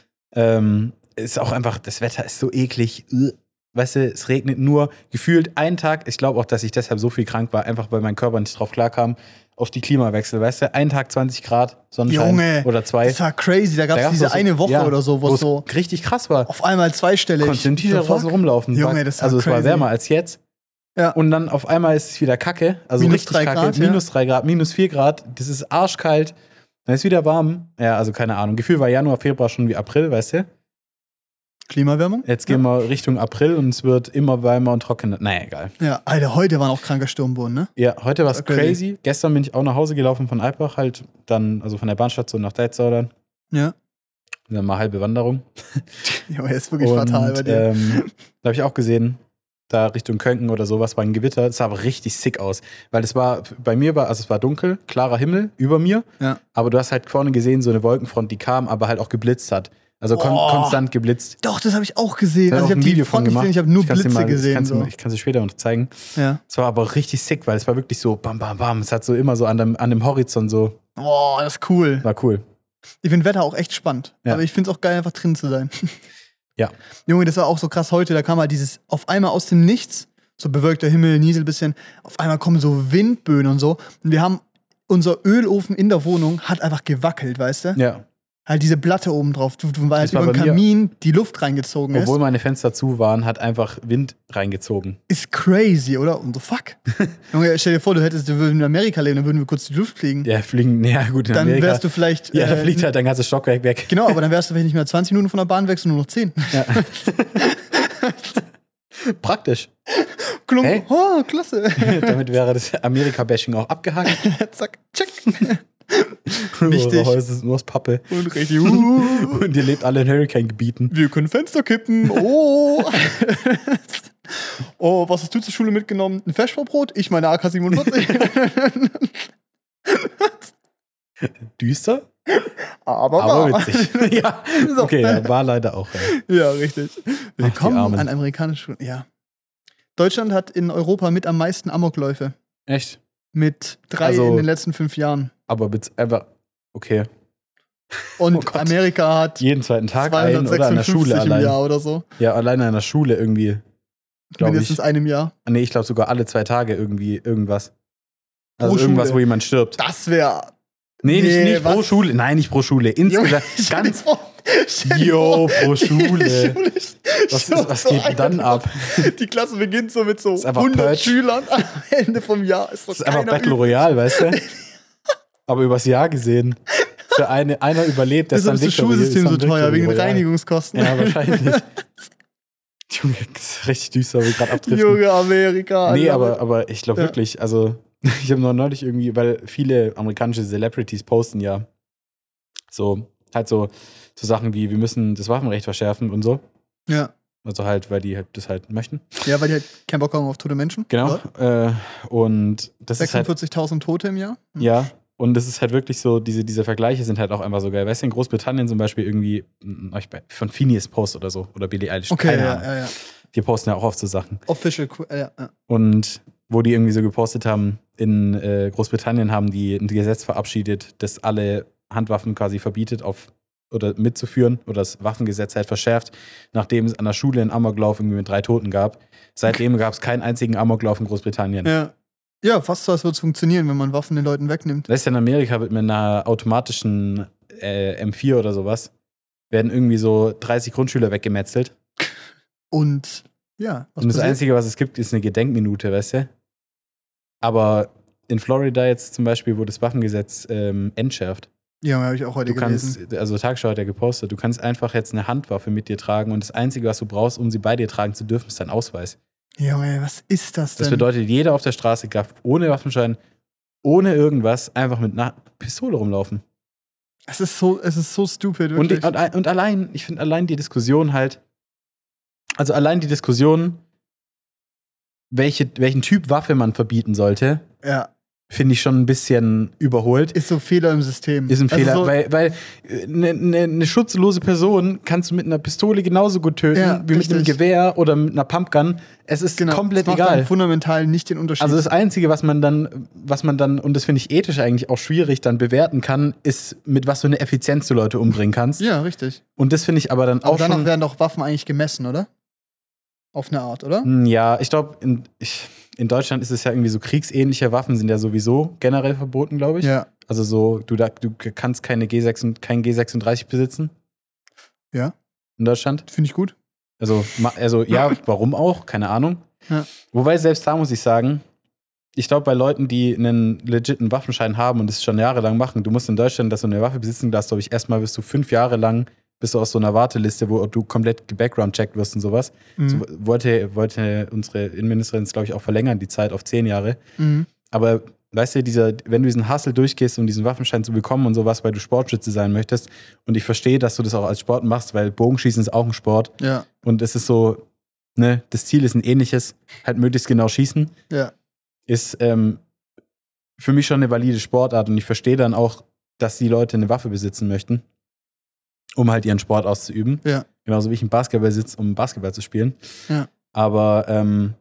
ähm, ist auch einfach, das Wetter ist so eklig. Weißt du, es regnet nur gefühlt einen Tag. Ich glaube auch, dass ich deshalb so viel krank war, einfach weil mein Körper nicht drauf klarkam, auf die Klimawechsel. Weißt du, einen Tag zwanzig Grad Sonnenschein Junge, oder zwei. Das war crazy. Da gab es gab's diese doch so- eine Woche ja, oder so, wo wo es so es richtig krass war. auf einmal zweistellig. Konntest im T-Shirt The draußen fuck? rumlaufen. Junge, War- das war also es war crazy. wärmer als jetzt. Ja. Und dann auf einmal ist es wieder Kacke. Also Minus richtig drei Kacke. Grad, ja. Minus drei Grad, minus vier Grad. Das ist arschkalt. Dann ist wieder warm. Ja, also keine Ahnung. Gefühl war Januar, Februar schon wie April, weißt du? Klimawärmung? Jetzt gehen wir Richtung April und es wird immer wärmer und trockener. Naja, egal. Ja, Alter, heute war noch kranker Sturmboden, ne? Ja, heute war es Das war crazy. crazy. Gestern bin ich auch nach Hause gelaufen von Alpbach, halt dann, also von der Bahnstation nach Deitzau. Ja. Dann mal halbe Wanderung. Junge, ist wirklich und, fatal bei dir. Ähm, da habe ich auch gesehen, da Richtung Könken oder sowas war ein Gewitter. Das sah aber richtig sick aus. Weil es war, bei mir war, also es war dunkel, klarer Himmel über mir. Ja. Aber du hast halt vorne gesehen, so eine Wolkenfront, die kam, aber halt auch geblitzt hat. Also kon Oh. konstant geblitzt. Doch, das habe ich auch gesehen. Da Also auch ich habe ein die Video Front von nicht gemacht. gesehen, ich habe nur Ich kann's dir Blitze mal- das gesehen. kannst du So. mal- Ich kann es dir später noch zeigen. Ja. Es war aber richtig sick, weil es war wirklich so bam, bam, bam. Es hat so immer so an dem, an dem Horizont so, Boah, das ist cool. war cool. Ich finde Wetter auch echt spannend. Ja. Aber ich finde es auch geil, einfach drin zu sein. Ja. Junge, das war auch so krass heute. Da kam halt dieses auf einmal aus dem Nichts, so bewölkter Himmel, Niesel bisschen. Auf einmal kommen so Windböen und so. Und wir haben, unser Ölofen in der Wohnung hat einfach gewackelt, weißt du? Ja. Halt diese Platte oben drauf, du, du, weil halt Das war über den bei mir- Kamin die Luft reingezogen Obwohl ist. meine Fenster zu waren, hat einfach Wind reingezogen. Ist crazy, oder? Und so fuck. Junge, stell dir vor, du hättest, wir würden in Amerika leben, dann würden wir kurz die Luft fliegen. Ja, fliegen, ja gut, in dann Amerika. wärst du vielleicht. ja, da äh, fliegt halt dein ganzes Stockwerk weg. Genau, aber dann wärst du vielleicht nicht mehr zwanzig Minuten von der Bahn weg, sondern nur noch zehn. Ja. Praktisch. Klunk. Hey. Oh, klasse. Damit wäre das Amerika-Bashing auch abgehakt. Zack, check. Wichtig. Eure Häuser sind nur aus Pappe. Und richtig. Uh, Und ihr lebt alle in Hurricane-Gebieten. wir können Fenster kippen. Oh. Oh, was hast du zur Schule mitgenommen? Ein Feschbrot? Ich meine A K siebenundvierzig. Düster, aber aber wahr. witzig. Ja, So. okay, ja, war leider auch. Ja. Ja, richtig. Willkommen Armen. an amerikanischen Schulen. Ja. Deutschland hat in Europa mit am meisten Amokläufe. Echt? Mit drei Also- in den letzten fünf Jahren. Aber bez- einfach, okay. Und Oh Gott. Amerika hat Jeden zweiten Tag ein oder an der zweihundertsechsundfünfzig Schule im allein. Jahr oder so. Ja, alleine an der Schule irgendwie. Glaube Mindestens ich. einem Jahr. Nee, ich glaube sogar alle zwei Tage irgendwie irgendwas. Also Pro irgendwas, Schule. wo jemand stirbt. Das wäre. Nee, nicht, Nee, nicht pro was? Schule. Nein, nicht pro Schule. Insgesamt ganz. Jo, Jo, pro Schule. Was, ist, was geht denn dann ab? Die Klasse beginnt so mit so ist einfach hundert Purge. Schülern am Ende vom Jahr. Ist Das ist einfach Battle Royale, weißt du? Aber übers Jahr gesehen. Für eine, einer überlebt, der ist Deshalb dann ist das Victory, Schulsystem ist so dann teuer, Victory wegen den Royale. Reinigungskosten. Ja, wahrscheinlich. Junge, das ist richtig düster, wie wir gerade abdriften. Junge Amerika. Nee, Alter. aber, aber ich glaube Ja. wirklich, also ich habe noch neulich irgendwie, weil viele amerikanische Celebrities posten ja so, halt so, so Sachen wie, wir müssen das Waffenrecht verschärfen und so. Ja. Also halt, weil die halt das halt möchten. Ja, weil die halt keinen Bock haben auf tote Menschen. Genau. Äh, und das ist halt, sechsundvierzigtausend Tote im Jahr. Hm. ja, und das ist halt wirklich so, diese, diese Vergleiche sind halt auch einfach so geil. Weißt du, in Großbritannien zum Beispiel irgendwie, mh, ich bei- von Phineas Post oder so, oder Billie Eilish, Okay, keine ja, Ahnung. ja, ja. Die posten ja auch oft so Sachen. Official, äh, ja, ja. Und wo die irgendwie so gepostet haben, in äh, Großbritannien haben die ein Gesetz verabschiedet, das alle Handwaffen quasi verbietet auf oder mitzuführen oder das Waffengesetz halt verschärft, nachdem es an der Schule einen Amoklauf irgendwie mit drei Toten gab. Seitdem gab es keinen einzigen Amoklauf in Großbritannien. Ja. Ja, fast so, als würde es funktionieren, wenn man Waffen den Leuten wegnimmt. Weißt du, in Amerika wird mit einer automatischen äh, M vier oder sowas, werden irgendwie so dreißig Grundschüler weggemetzelt. Und ja, was Und das passiert? Einzige, was es gibt, ist eine Gedenkminute, weißt du? Aber in Florida jetzt zum Beispiel, wo das Waffengesetz ähm, entschärft, Ja, habe ich auch heute du gelesen. kannst, also Tagesschau hat ja gepostet, du kannst einfach jetzt eine Handwaffe mit dir tragen und das Einzige, was du brauchst, um sie bei dir tragen zu dürfen, ist dein Ausweis. Junge, was ist das denn? Das bedeutet, jeder auf der Straße darf ohne Waffenschein, ohne irgendwas, einfach mit einer Pistole rumlaufen. Es ist so, es ist so stupid, Und, wirklich. und, und allein, ich finde allein die Diskussion halt, also allein die Diskussion, welche, welchen Typ Waffe man verbieten sollte, ja. finde ich schon ein bisschen überholt. Ist so ein Fehler im System. Ist ein also Fehler, so, weil, weil eine ne, ne schutzlose Person kannst du mit einer Pistole genauso gut töten, ja, wie richtig. mit einem Gewehr oder mit einer Pumpgun. Es ist genau, komplett das macht egal. Dann fundamental nicht den Unterschied. Also das Einzige, was man dann, was man dann, und das finde ich ethisch eigentlich auch schwierig, dann bewerten kann, ist, mit was für eine Effizienz du Leute umbringen kannst. Ja, richtig. Und das finde ich aber dann aber auch danach schon. werden doch Waffen eigentlich gemessen, oder? Auf eine Art, oder? Ja, ich glaube, in, in Deutschland ist es ja irgendwie so, kriegsähnliche Waffen sind ja sowieso generell verboten, glaube ich. Ja. Also so, du, du kannst keine G sechs, kein G sechsunddreißig besitzen. Ja. In Deutschland. Finde ich gut. Also, also ja, warum auch? Keine Ahnung. Ja. Wobei, selbst da muss ich sagen, ich glaube, bei Leuten, die einen legiten Waffenschein haben und das schon jahrelang machen, du musst in Deutschland, dass du eine Waffe besitzen darfst, glaube ich, erstmal wirst du fünf Jahre lang, bist du aus so einer Warteliste, wo du komplett gebackground-checkt wirst und sowas. Mhm. So, wollte, wollte unsere Innenministerin, glaube ich, auch verlängern, die Zeit auf zehn Jahre. Mhm. Aber weißt du, dieser, wenn du diesen Hustle durchgehst, um diesen Waffenschein zu bekommen und sowas, weil du Sportschütze sein möchtest, und ich verstehe, dass du das auch als Sport machst, weil Bogenschießen ist auch ein Sport. Ja. Und es ist so, ne, das Ziel ist ein ähnliches, halt möglichst genau schießen. Ja. Ist ähm, für mich schon eine valide Sportart und ich verstehe dann auch, dass die Leute eine Waffe besitzen möchten, um halt ihren Sport auszuüben. Ja. Genauso wie ich einen Basketball sitze, um Basketball zu spielen. Ja. Aber ähm,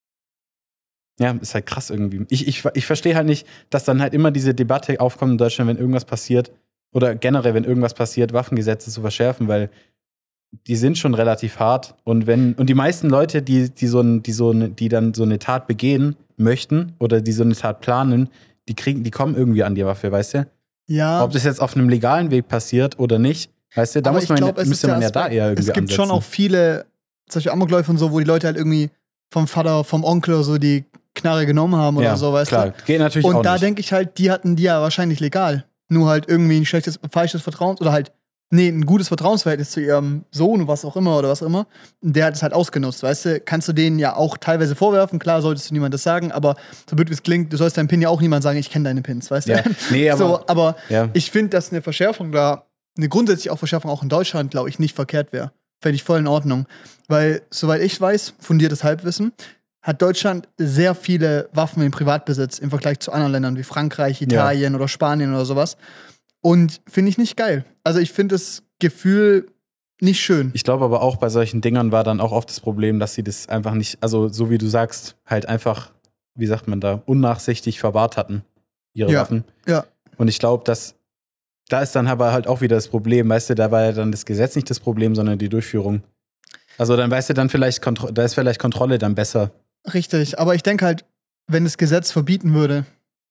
ja, ist halt krass irgendwie. Ich, ich, ich verstehe halt nicht, dass dann halt immer diese Debatte aufkommt in Deutschland, wenn irgendwas passiert, oder generell, wenn irgendwas passiert, Waffengesetze zu verschärfen, weil die sind schon relativ hart. Und wenn, und die meisten Leute, die, die, so ein, die, so eine, die dann so eine Tat begehen möchten oder die so eine Tat planen, die kriegen, die kommen irgendwie an die Waffe, weißt du? Ja. Ob das jetzt auf einem legalen Weg passiert oder nicht, weißt du, da Aber muss man, ich glaub, es müsste ist man der ja da Aspekt, eher irgendwie Es gibt ansetzen. schon auch viele, solche Amokläufe und so, wo die Leute halt irgendwie vom Vater, vom Onkel oder so die Knarre genommen haben oder ja, so, weißt klar. du? Geht natürlich und auch da nicht. denke ich halt, die hatten die ja wahrscheinlich legal. Nur halt irgendwie ein schlechtes, falsches Vertrauen oder halt, nee, ein gutes Vertrauensverhältnis zu ihrem Sohn, was auch immer oder was auch immer. Und der hat es halt ausgenutzt, weißt du? Kannst du denen ja auch teilweise vorwerfen, klar solltest du niemand das sagen, aber so blöd wie es klingt, du sollst deinen Pin ja auch niemand sagen, ich kenne deine Pins, weißt du? Ja. Nee, aber, so, aber ja. ich finde, dass eine Verschärfung da, eine grundsätzliche auch Verschärfung auch in Deutschland, glaube ich, nicht verkehrt wäre. Fände ich voll in Ordnung. Weil, soweit ich weiß, fundiertes Halbwissen, hat Deutschland sehr viele Waffen in Privatbesitz im Vergleich zu anderen Ländern wie Frankreich, Italien ja. oder Spanien oder sowas. Und finde ich nicht geil. Also ich finde das Gefühl nicht schön. Ich glaube aber auch, bei solchen Dingern war dann auch oft das Problem, dass sie das einfach nicht, also so wie du sagst, halt einfach, wie sagt man da, unnachsichtig verwahrt hatten, ihre ja. Waffen. Ja. Und ich glaube, dass da ist dann aber halt auch wieder das Problem, weißt du, da war ja dann das Gesetz nicht das Problem, sondern die Durchführung. Also dann weißt du dann vielleicht, Kontro- da ist vielleicht Kontrolle dann besser. Richtig, aber ich denke halt, wenn das Gesetz verbieten würde,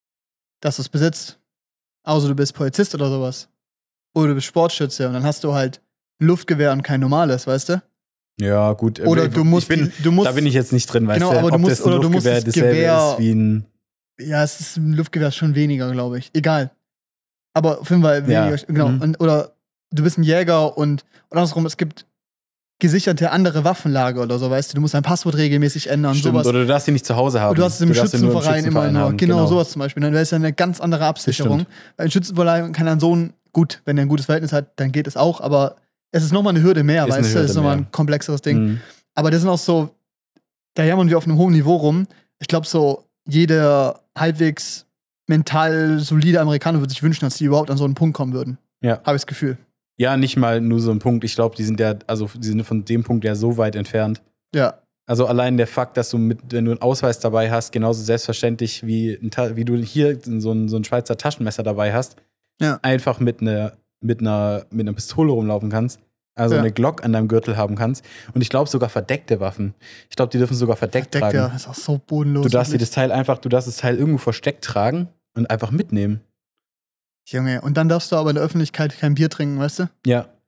dass du es besitzt, außer du bist Polizist oder sowas, oder du bist Sportschütze und dann hast du halt ein Luftgewehr und kein normales, weißt du? Ja, gut. Oder du musst, ich bin, du musst da bin ich jetzt nicht drin, weißt genau, du, aber du ob musst, das ein oder du musst Luftgewehr das dasselbe Gewehr, ist wie ein... Ja, es ist ein Luftgewehr schon weniger, glaube ich. Egal. Aber auf jeden Fall weniger, Ja. genau. Mhm. Und, oder du bist ein Jäger und, und andersrum, es gibt gesicherte andere Waffenlager oder so, weißt du, du musst dein Passwort regelmäßig ändern. Stimmt, sowas. oder du darfst die nicht zu Hause haben. Und du hast es im darfst sie nur Schützenverein immer nur. haben. Genau, sowas zum Beispiel. Dann wäre es ja eine ganz andere Absicherung. stimmt. Weil ein Schützenverein kann dann so ein, gut, wenn er ein gutes Verhältnis hat, dann geht es auch, aber es ist nochmal eine Hürde mehr, Ist eine weißt du, Hürde das ist nochmal mehr. ein komplexeres Ding. Mhm. Aber das sind auch so, da jammern wir auf einem hohen Niveau rum. Ich glaube, so jeder halbwegs mental solide Amerikaner würde sich wünschen, dass die überhaupt an so einen Punkt kommen würden. Ja. Habe ich das Gefühl. Ja, nicht mal nur so ein Punkt. Ich glaube, die sind ja, also die sind von dem Punkt ja so weit entfernt. Ja. Also allein der Fakt, dass du mit, wenn du einen Ausweis dabei hast, genauso selbstverständlich wie, ein, Ta- wie du hier so ein, so ein Schweizer Taschenmesser dabei hast, Ja. einfach mit einer mit einer mit einer Pistole rumlaufen kannst, also Ja. eine Glock an deinem Gürtel haben kannst. Und ich glaube sogar verdeckte Waffen. Ich glaube, die dürfen sogar verdeckt, Verdeckt, ja, tragen. ist auch so bodenlos. Du darfst dir wirklich. das Teil einfach, du darfst das Teil irgendwo versteckt tragen und einfach mitnehmen. Junge, und dann darfst du aber in der Öffentlichkeit kein Bier trinken, weißt du? Ja.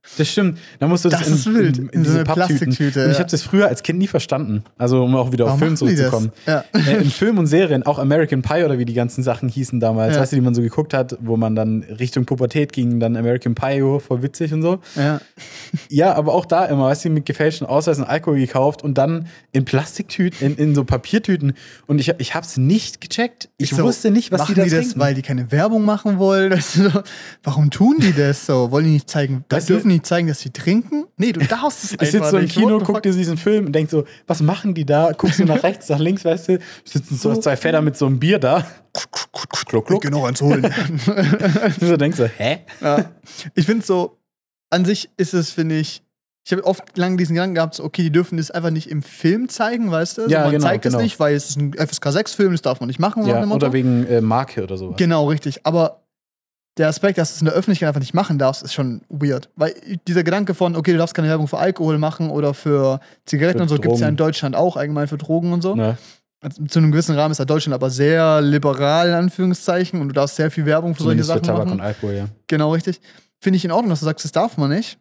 Das stimmt. Da musst du das, Das in, ist wild. in, in, In so diese eine Papptüten. Plastiktüte, Und ich ja. habe das früher als Kind nie verstanden. Also um auch wieder Warum auf Film machen die das? zurückzukommen. Ja. Äh, in Film und Serien, auch American Pie oder wie die ganzen Sachen hießen damals, Ja. weißt du, die man so geguckt hat, wo man dann Richtung Pubertät ging, dann American Pie, oh, voll witzig und so. Ja. Ja, aber auch da immer, weißt du, mit gefälschten Ausweisen Alkohol gekauft und dann in Plastiktüten, in, in so Papiertüten. Und ich, ich hab's nicht gecheckt. Ich So, wusste nicht, was machen die da die trinken. das, weil die keine Werbung machen wollen? Also, warum tun die das so? Wollen die nicht zeigen, Weißt du- dürfen die nicht zeigen, dass sie trinken? Nee, du darfst es Ich sitze einfach so im nicht. Kino, What the guck fuck? dir diesen Film und denk so, was machen die da? Guckst du nach rechts, nach links, weißt du? Sitzen so zwei Väter mit so einem Bier da. Kluck, kluck. Genau, eins holen. Und so denkst du, hä? Ja. Ich finde so, an sich ist es, finde ich, ich habe oft lang diesen Gedanken gehabt, so, okay, die dürfen das einfach nicht im Film zeigen, weißt du? Also Ja, man genau, zeigt genau. es nicht, weil es ist ein F S K sechs Film, das darf man nicht machen. Ja, nach dem Motto. oder wegen äh, Marke oder sowas. Genau, richtig. Aber der Aspekt, dass du es in der Öffentlichkeit einfach nicht machen darfst, ist schon weird. Weil dieser Gedanke von, okay, du darfst keine Werbung für Alkohol machen oder für Zigaretten Für und so, gibt es ja Drogen. in Deutschland auch, allgemein für Drogen und so. Ne? Also, zu einem gewissen Rahmen ist ja Deutschland aber sehr liberal, in Anführungszeichen, und du darfst sehr viel Werbung für solche Zumindest für Sachen Tabak machen. und Alkohol, ja. Genau, richtig. Finde ich in Ordnung, dass du sagst, das darf man nicht.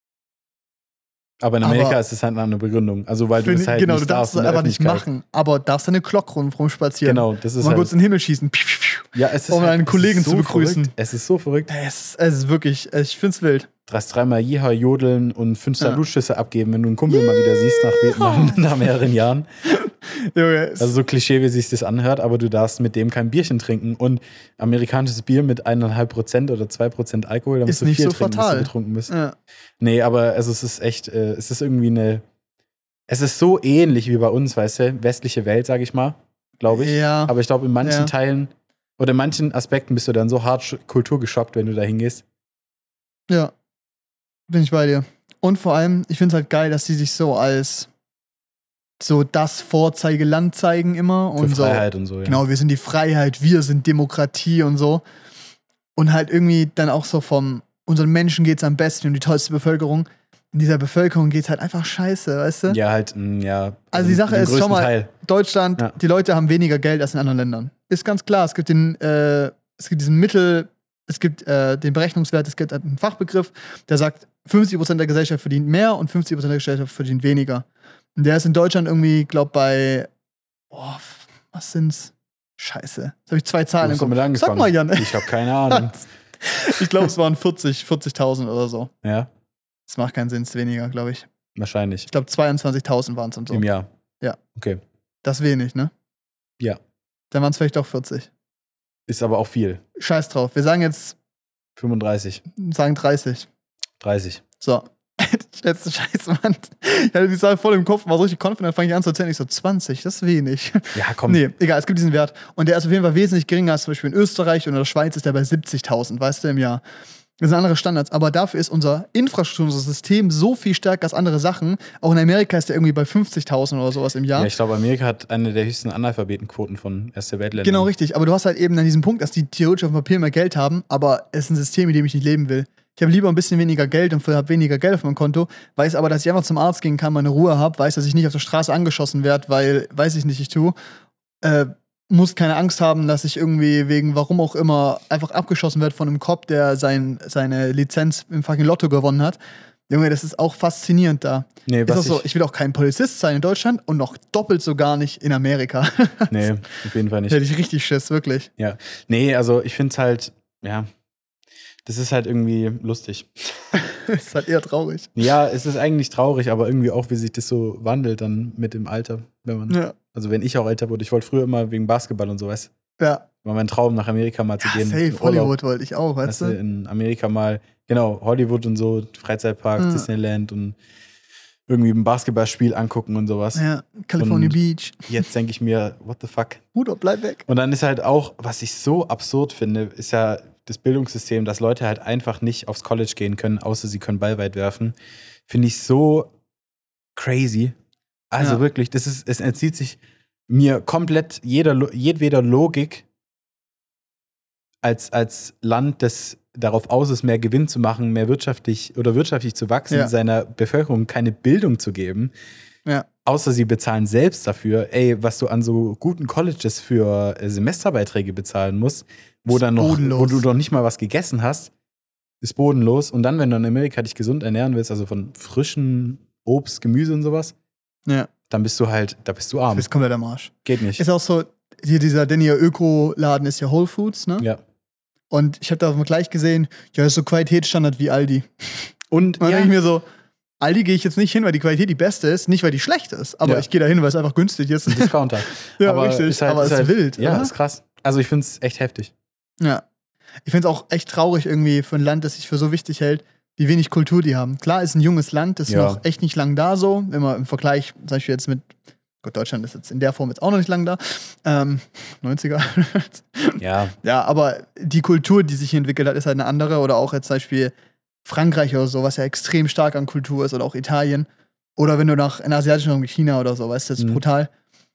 Aber in Amerika Aber- ist es halt eine Begründung. Also, weil du Find es ich- halt genau, nicht du darfst in es der einfach nicht Öffentlichkeit. machen. Aber darfst deine Glock rum, rumspazieren. Genau, das ist Mal halt. kurz in den Himmel schießen. Piu, piu, piu. Ja, es ist um halt, einen es Kollegen ist so zu begrüßen. Verrückt. Es ist so verrückt. Es, ist- es ist wirklich, ich find's wild. Drei, dreimal Jiha jodeln und fünf Ja. Salutschüsse abgeben, wenn du einen Kumpel mal wieder siehst nach, nach, nach mehreren Jahren. Junge, es- Also so Klischee, wie sich das anhört, aber du darfst mit dem kein Bierchen trinken. Und amerikanisches Bier mit eineinhalb Prozent oder zwei Prozent Alkohol, da musst Ist du nicht viel so trinken, fatal. bis du betrunken bist. ja. Nee, aber also es ist echt, äh, es ist irgendwie eine, es ist so ähnlich wie bei uns, weißt du, westliche Welt, sag ich mal, glaube ich. Ja. Aber ich glaube, in manchen Ja. Teilen oder in manchen Aspekten bist du dann so hart sch- kulturgeschockt, wenn du da hingehst. Ja, bin ich bei dir. Und vor allem, ich finde es halt geil, dass die sich so als so das Vorzeigeland zeigen immer. Für Und so, Freiheit und so, ja. genau, wir sind die Freiheit, wir sind Demokratie und so. Und halt irgendwie dann auch so vom, unseren Menschen geht's am besten und die tollste Bevölkerung. In dieser Bevölkerung geht's halt einfach scheiße, weißt du? Ja, halt, mh, ja. Also die Sache den ist, schau größten mal, Teil. Deutschland, Ja. die Leute haben weniger Geld als in anderen Ländern. Ist ganz klar. Es gibt den, äh, es gibt diesen Mittel, es gibt äh, den Berechnungswert, es gibt einen Fachbegriff, der sagt, fünfzig Prozent der Gesellschaft verdient mehr und fünfzig Prozent der Gesellschaft verdient weniger. Und der ist in Deutschland irgendwie, glaub bei, oh, was sind's? Scheiße. Jetzt habe ich zwei Du Zahlen im hast Kopf. damit angefangen. Sag mal, Jan. Ich habe keine Ahnung. Ich glaube, es waren vierzig, vierzigtausend oder so. Ja, Das macht keinen Sinn, es ist weniger, glaube ich. wahrscheinlich. Ich glaube, zweiundzwanzigtausend waren es und so. Im Jahr. Ja. Okay. Das ist wenig, ne? Ja. Dann waren es vielleicht doch vierzig. Ist aber auch viel. Scheiß drauf. Wir sagen jetzt, fünfunddreißig, sagen dreißig. dreißig. So. Letzte Scheiße, Mann. Ich hatte die Zahl voll im Kopf, war so richtig confident, dann fange ich an zu erzählen. Ich so, zwanzig, das ist wenig. Ja, komm. Nee, egal, es gibt diesen Wert. Und der ist auf jeden Fall wesentlich geringer als zum Beispiel in Österreich und in der Schweiz ist der bei siebzigtausend, weißt du, im Jahr. Das sind andere Standards. Aber dafür ist unser Infrastruktur, unser System so viel stärker als andere Sachen. Auch in Amerika ist der irgendwie bei fünfzigtausend oder sowas im Jahr. Ja, ich glaube, Amerika hat eine der höchsten Analphabetenquoten von erster Weltländern. Genau, richtig. Aber du hast halt eben an diesem Punkt, dass die theoretisch auf dem Papier mehr Geld haben, aber es ist ein System, in dem ich nicht leben will. Ich habe lieber ein bisschen weniger Geld und habe weniger Geld auf meinem Konto, weiß aber, dass ich einfach zum Arzt gehen kann, meine Ruhe habe, weiß, dass ich nicht auf der Straße angeschossen werde, weil, weiß ich nicht, ich tue. Äh, muss keine Angst haben, dass ich irgendwie wegen warum auch immer einfach abgeschossen werde von einem Cop, der sein, seine Lizenz im fucking Lotto gewonnen hat. Junge, das ist auch faszinierend da. Nee, Ist auch was so, ich, ich will auch kein Polizist sein in Deutschland und noch doppelt so gar nicht in Amerika. nee, auf jeden Fall nicht. Hätte ich richtig Schiss, wirklich. Ja. Nee, also ich finde es halt, ja, das ist halt irgendwie lustig. ist halt eher traurig. Ja, es ist eigentlich traurig, aber irgendwie auch, wie sich das so wandelt dann mit dem Alter. Wenn man, Ja. Also wenn ich auch älter wurde, ich wollte früher immer wegen Basketball und so, weißt du, Ja. war mein Traum, nach Amerika mal zu Ja, gehen. safe, in Urlaub. Hollywood wollte ich auch, weißt Weißt du, du? in Amerika mal, genau, Hollywood und so, Freizeitpark, Ja. Disneyland und irgendwie ein Basketballspiel angucken und sowas. Ja, California Und- Beach. Jetzt denke ich mir, what the fuck? Bruder, bleib weg. Und dann ist halt auch, was ich so absurd finde, ist ja das Bildungssystem, dass Leute halt einfach nicht aufs College gehen können, außer sie können Ball weit werfen. Finde ich so crazy. Also Ja. wirklich, das ist, es entzieht sich mir komplett jeder, Lo- jedweder Logik als, als Land, das darauf aus ist, mehr Gewinn zu machen, mehr wirtschaftlich oder wirtschaftlich zu wachsen, Ja. seiner Bevölkerung keine Bildung zu geben. Ja. Außer sie bezahlen selbst dafür, ey, was du an so guten Colleges für äh, Semesterbeiträge bezahlen musst, wo Ist dann noch, bodenlos. wo du doch nicht mal was gegessen hast. ist bodenlos. Und dann, wenn du in Amerika dich gesund ernähren willst, also von frischen Obst, Gemüse und sowas, Ja. dann bist du halt, da bist du arm. Das ist komplett am Arsch. Geht nicht. Ist auch so, hier dieser, denn ihr Öko-Laden ist ja Whole Foods, ne? Ja. Und ich habe da gleich gesehen, ja, das ist so Qualitätsstandard wie Aldi. Und Und dann ja, denke ich mir so, Aldi gehe ich jetzt nicht hin, weil die Qualität die beste ist, nicht weil die schlecht ist, aber Ja. ich gehe da hin, weil es einfach günstig ist. ein Discounter. Ja, aber richtig, ist halt, aber ist es halt, ist wild, Ja, oder? ist krass. Also ich finde es echt heftig. Ja. Ich finde es auch echt traurig irgendwie für ein Land, das sich für so wichtig hält, wie wenig Kultur die haben. Klar, ist ein junges Land, das ist Ja. noch echt nicht lang da so, wenn man im Vergleich, zum Beispiel jetzt mit, Gott, Deutschland ist jetzt in der Form jetzt auch noch nicht lang da, ähm, neunziger. Ja, Ja, aber die Kultur, die sich hier entwickelt hat, ist halt eine andere. Oder auch jetzt zum Beispiel Frankreich oder so, was ja extrem stark an Kultur ist, oder auch Italien. Oder wenn du nach in asiatischen Raum wie China oder so, weißt du, das ist Mhm. brutal.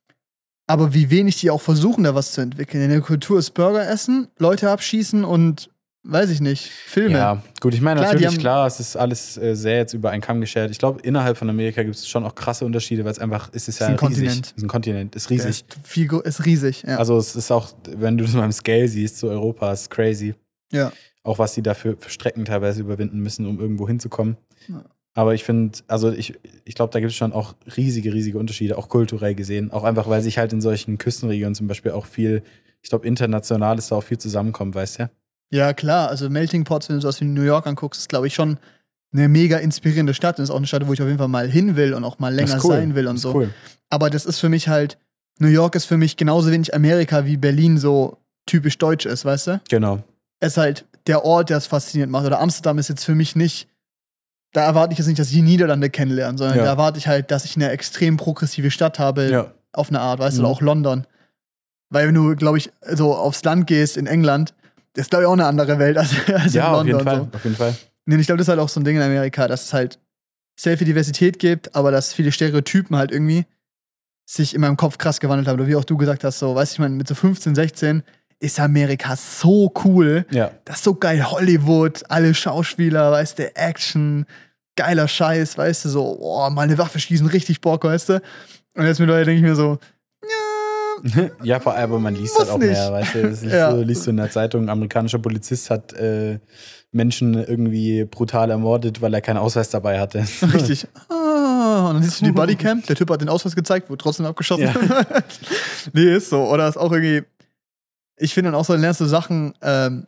Aber wie wenig die auch versuchen, da was zu entwickeln. In der Kultur ist Burger essen, Leute abschießen und, weiß ich nicht, Filme. ja, gut, ich meine Klar, die natürlich, haben- klar, es ist alles äh, sehr jetzt über einen Kamm geschert. Ich glaube, innerhalb von Amerika gibt es schon auch krasse Unterschiede, weil es einfach, es ist ja ein riesig. Kontinent. Es ist ein Kontinent, ist Der riesig. ist, viel, gro- ist riesig, ja. Also es ist auch, wenn du das mal im Scale siehst, zu Europa, ist crazy. ja. Auch was die dafür für Strecken teilweise überwinden müssen, um irgendwo hinzukommen. Ja. Aber ich finde, also ich, ich glaube, da gibt es schon auch riesige, riesige Unterschiede, auch kulturell gesehen. Auch einfach, weil sich halt in solchen Küstenregionen zum Beispiel auch viel, ich glaube, international ist da auch viel zusammenkommt, weißt du? Ja, klar, also Melting Pots, wenn du sowas wie New York anguckst, ist, glaube ich, schon eine mega inspirierende Stadt. Und ist auch eine Stadt, wo ich auf jeden Fall mal hin will und auch mal länger Das ist cool. sein will und Das ist so. cool. Aber das ist für mich halt, New York ist für mich genauso wenig Amerika, wie Berlin so typisch deutsch ist, weißt du? Genau. Es ist halt der Ort, der es faszinierend macht. Oder Amsterdam ist jetzt für mich nicht, da erwarte ich jetzt nicht, dass ich die Niederlande kennenlerne, sondern Ja. da erwarte ich halt, dass ich eine extrem progressive Stadt habe, Ja. auf eine Art, weißt du, Mhm. oder auch London. Weil wenn du, glaube ich, so aufs Land gehst in England, das ist, glaube ich, auch eine andere Welt als, als Ja, in auf jeden London. Fall. So. Auf jeden Fall. Nee, ich glaube, das ist halt auch so ein Ding in Amerika, dass es halt sehr viel Diversität gibt, aber dass viele Stereotypen halt irgendwie sich in meinem Kopf krass gewandelt haben. Oder wie auch du gesagt hast, so, weißt du, ich meine, mit so fünfzehn, sechzehn ist Amerika so cool. Ja. Das ist so geil. Hollywood, alle Schauspieler, weißt du, Action, geiler Scheiß, weißt du, so, oh, mal eine Waffe schießen, richtig Bock, weißt du. Und jetzt mittlerweile denke ich mir so, ja, Ja, vor allem, aber man liest Muss halt auch nicht. mehr, weißt du? Das ist Ja. so, liest du in der Zeitung, ein amerikanischer Polizist hat äh, Menschen irgendwie brutal ermordet, weil er keinen Ausweis dabei hatte. richtig. Ah, und dann siehst du die Bodycam, der Typ hat den Ausweis gezeigt, wurde trotzdem abgeschossen. Ja. Nee, ist so. Oder ist auch irgendwie, ich finde dann auch so, dann lernst du Sachen, ähm,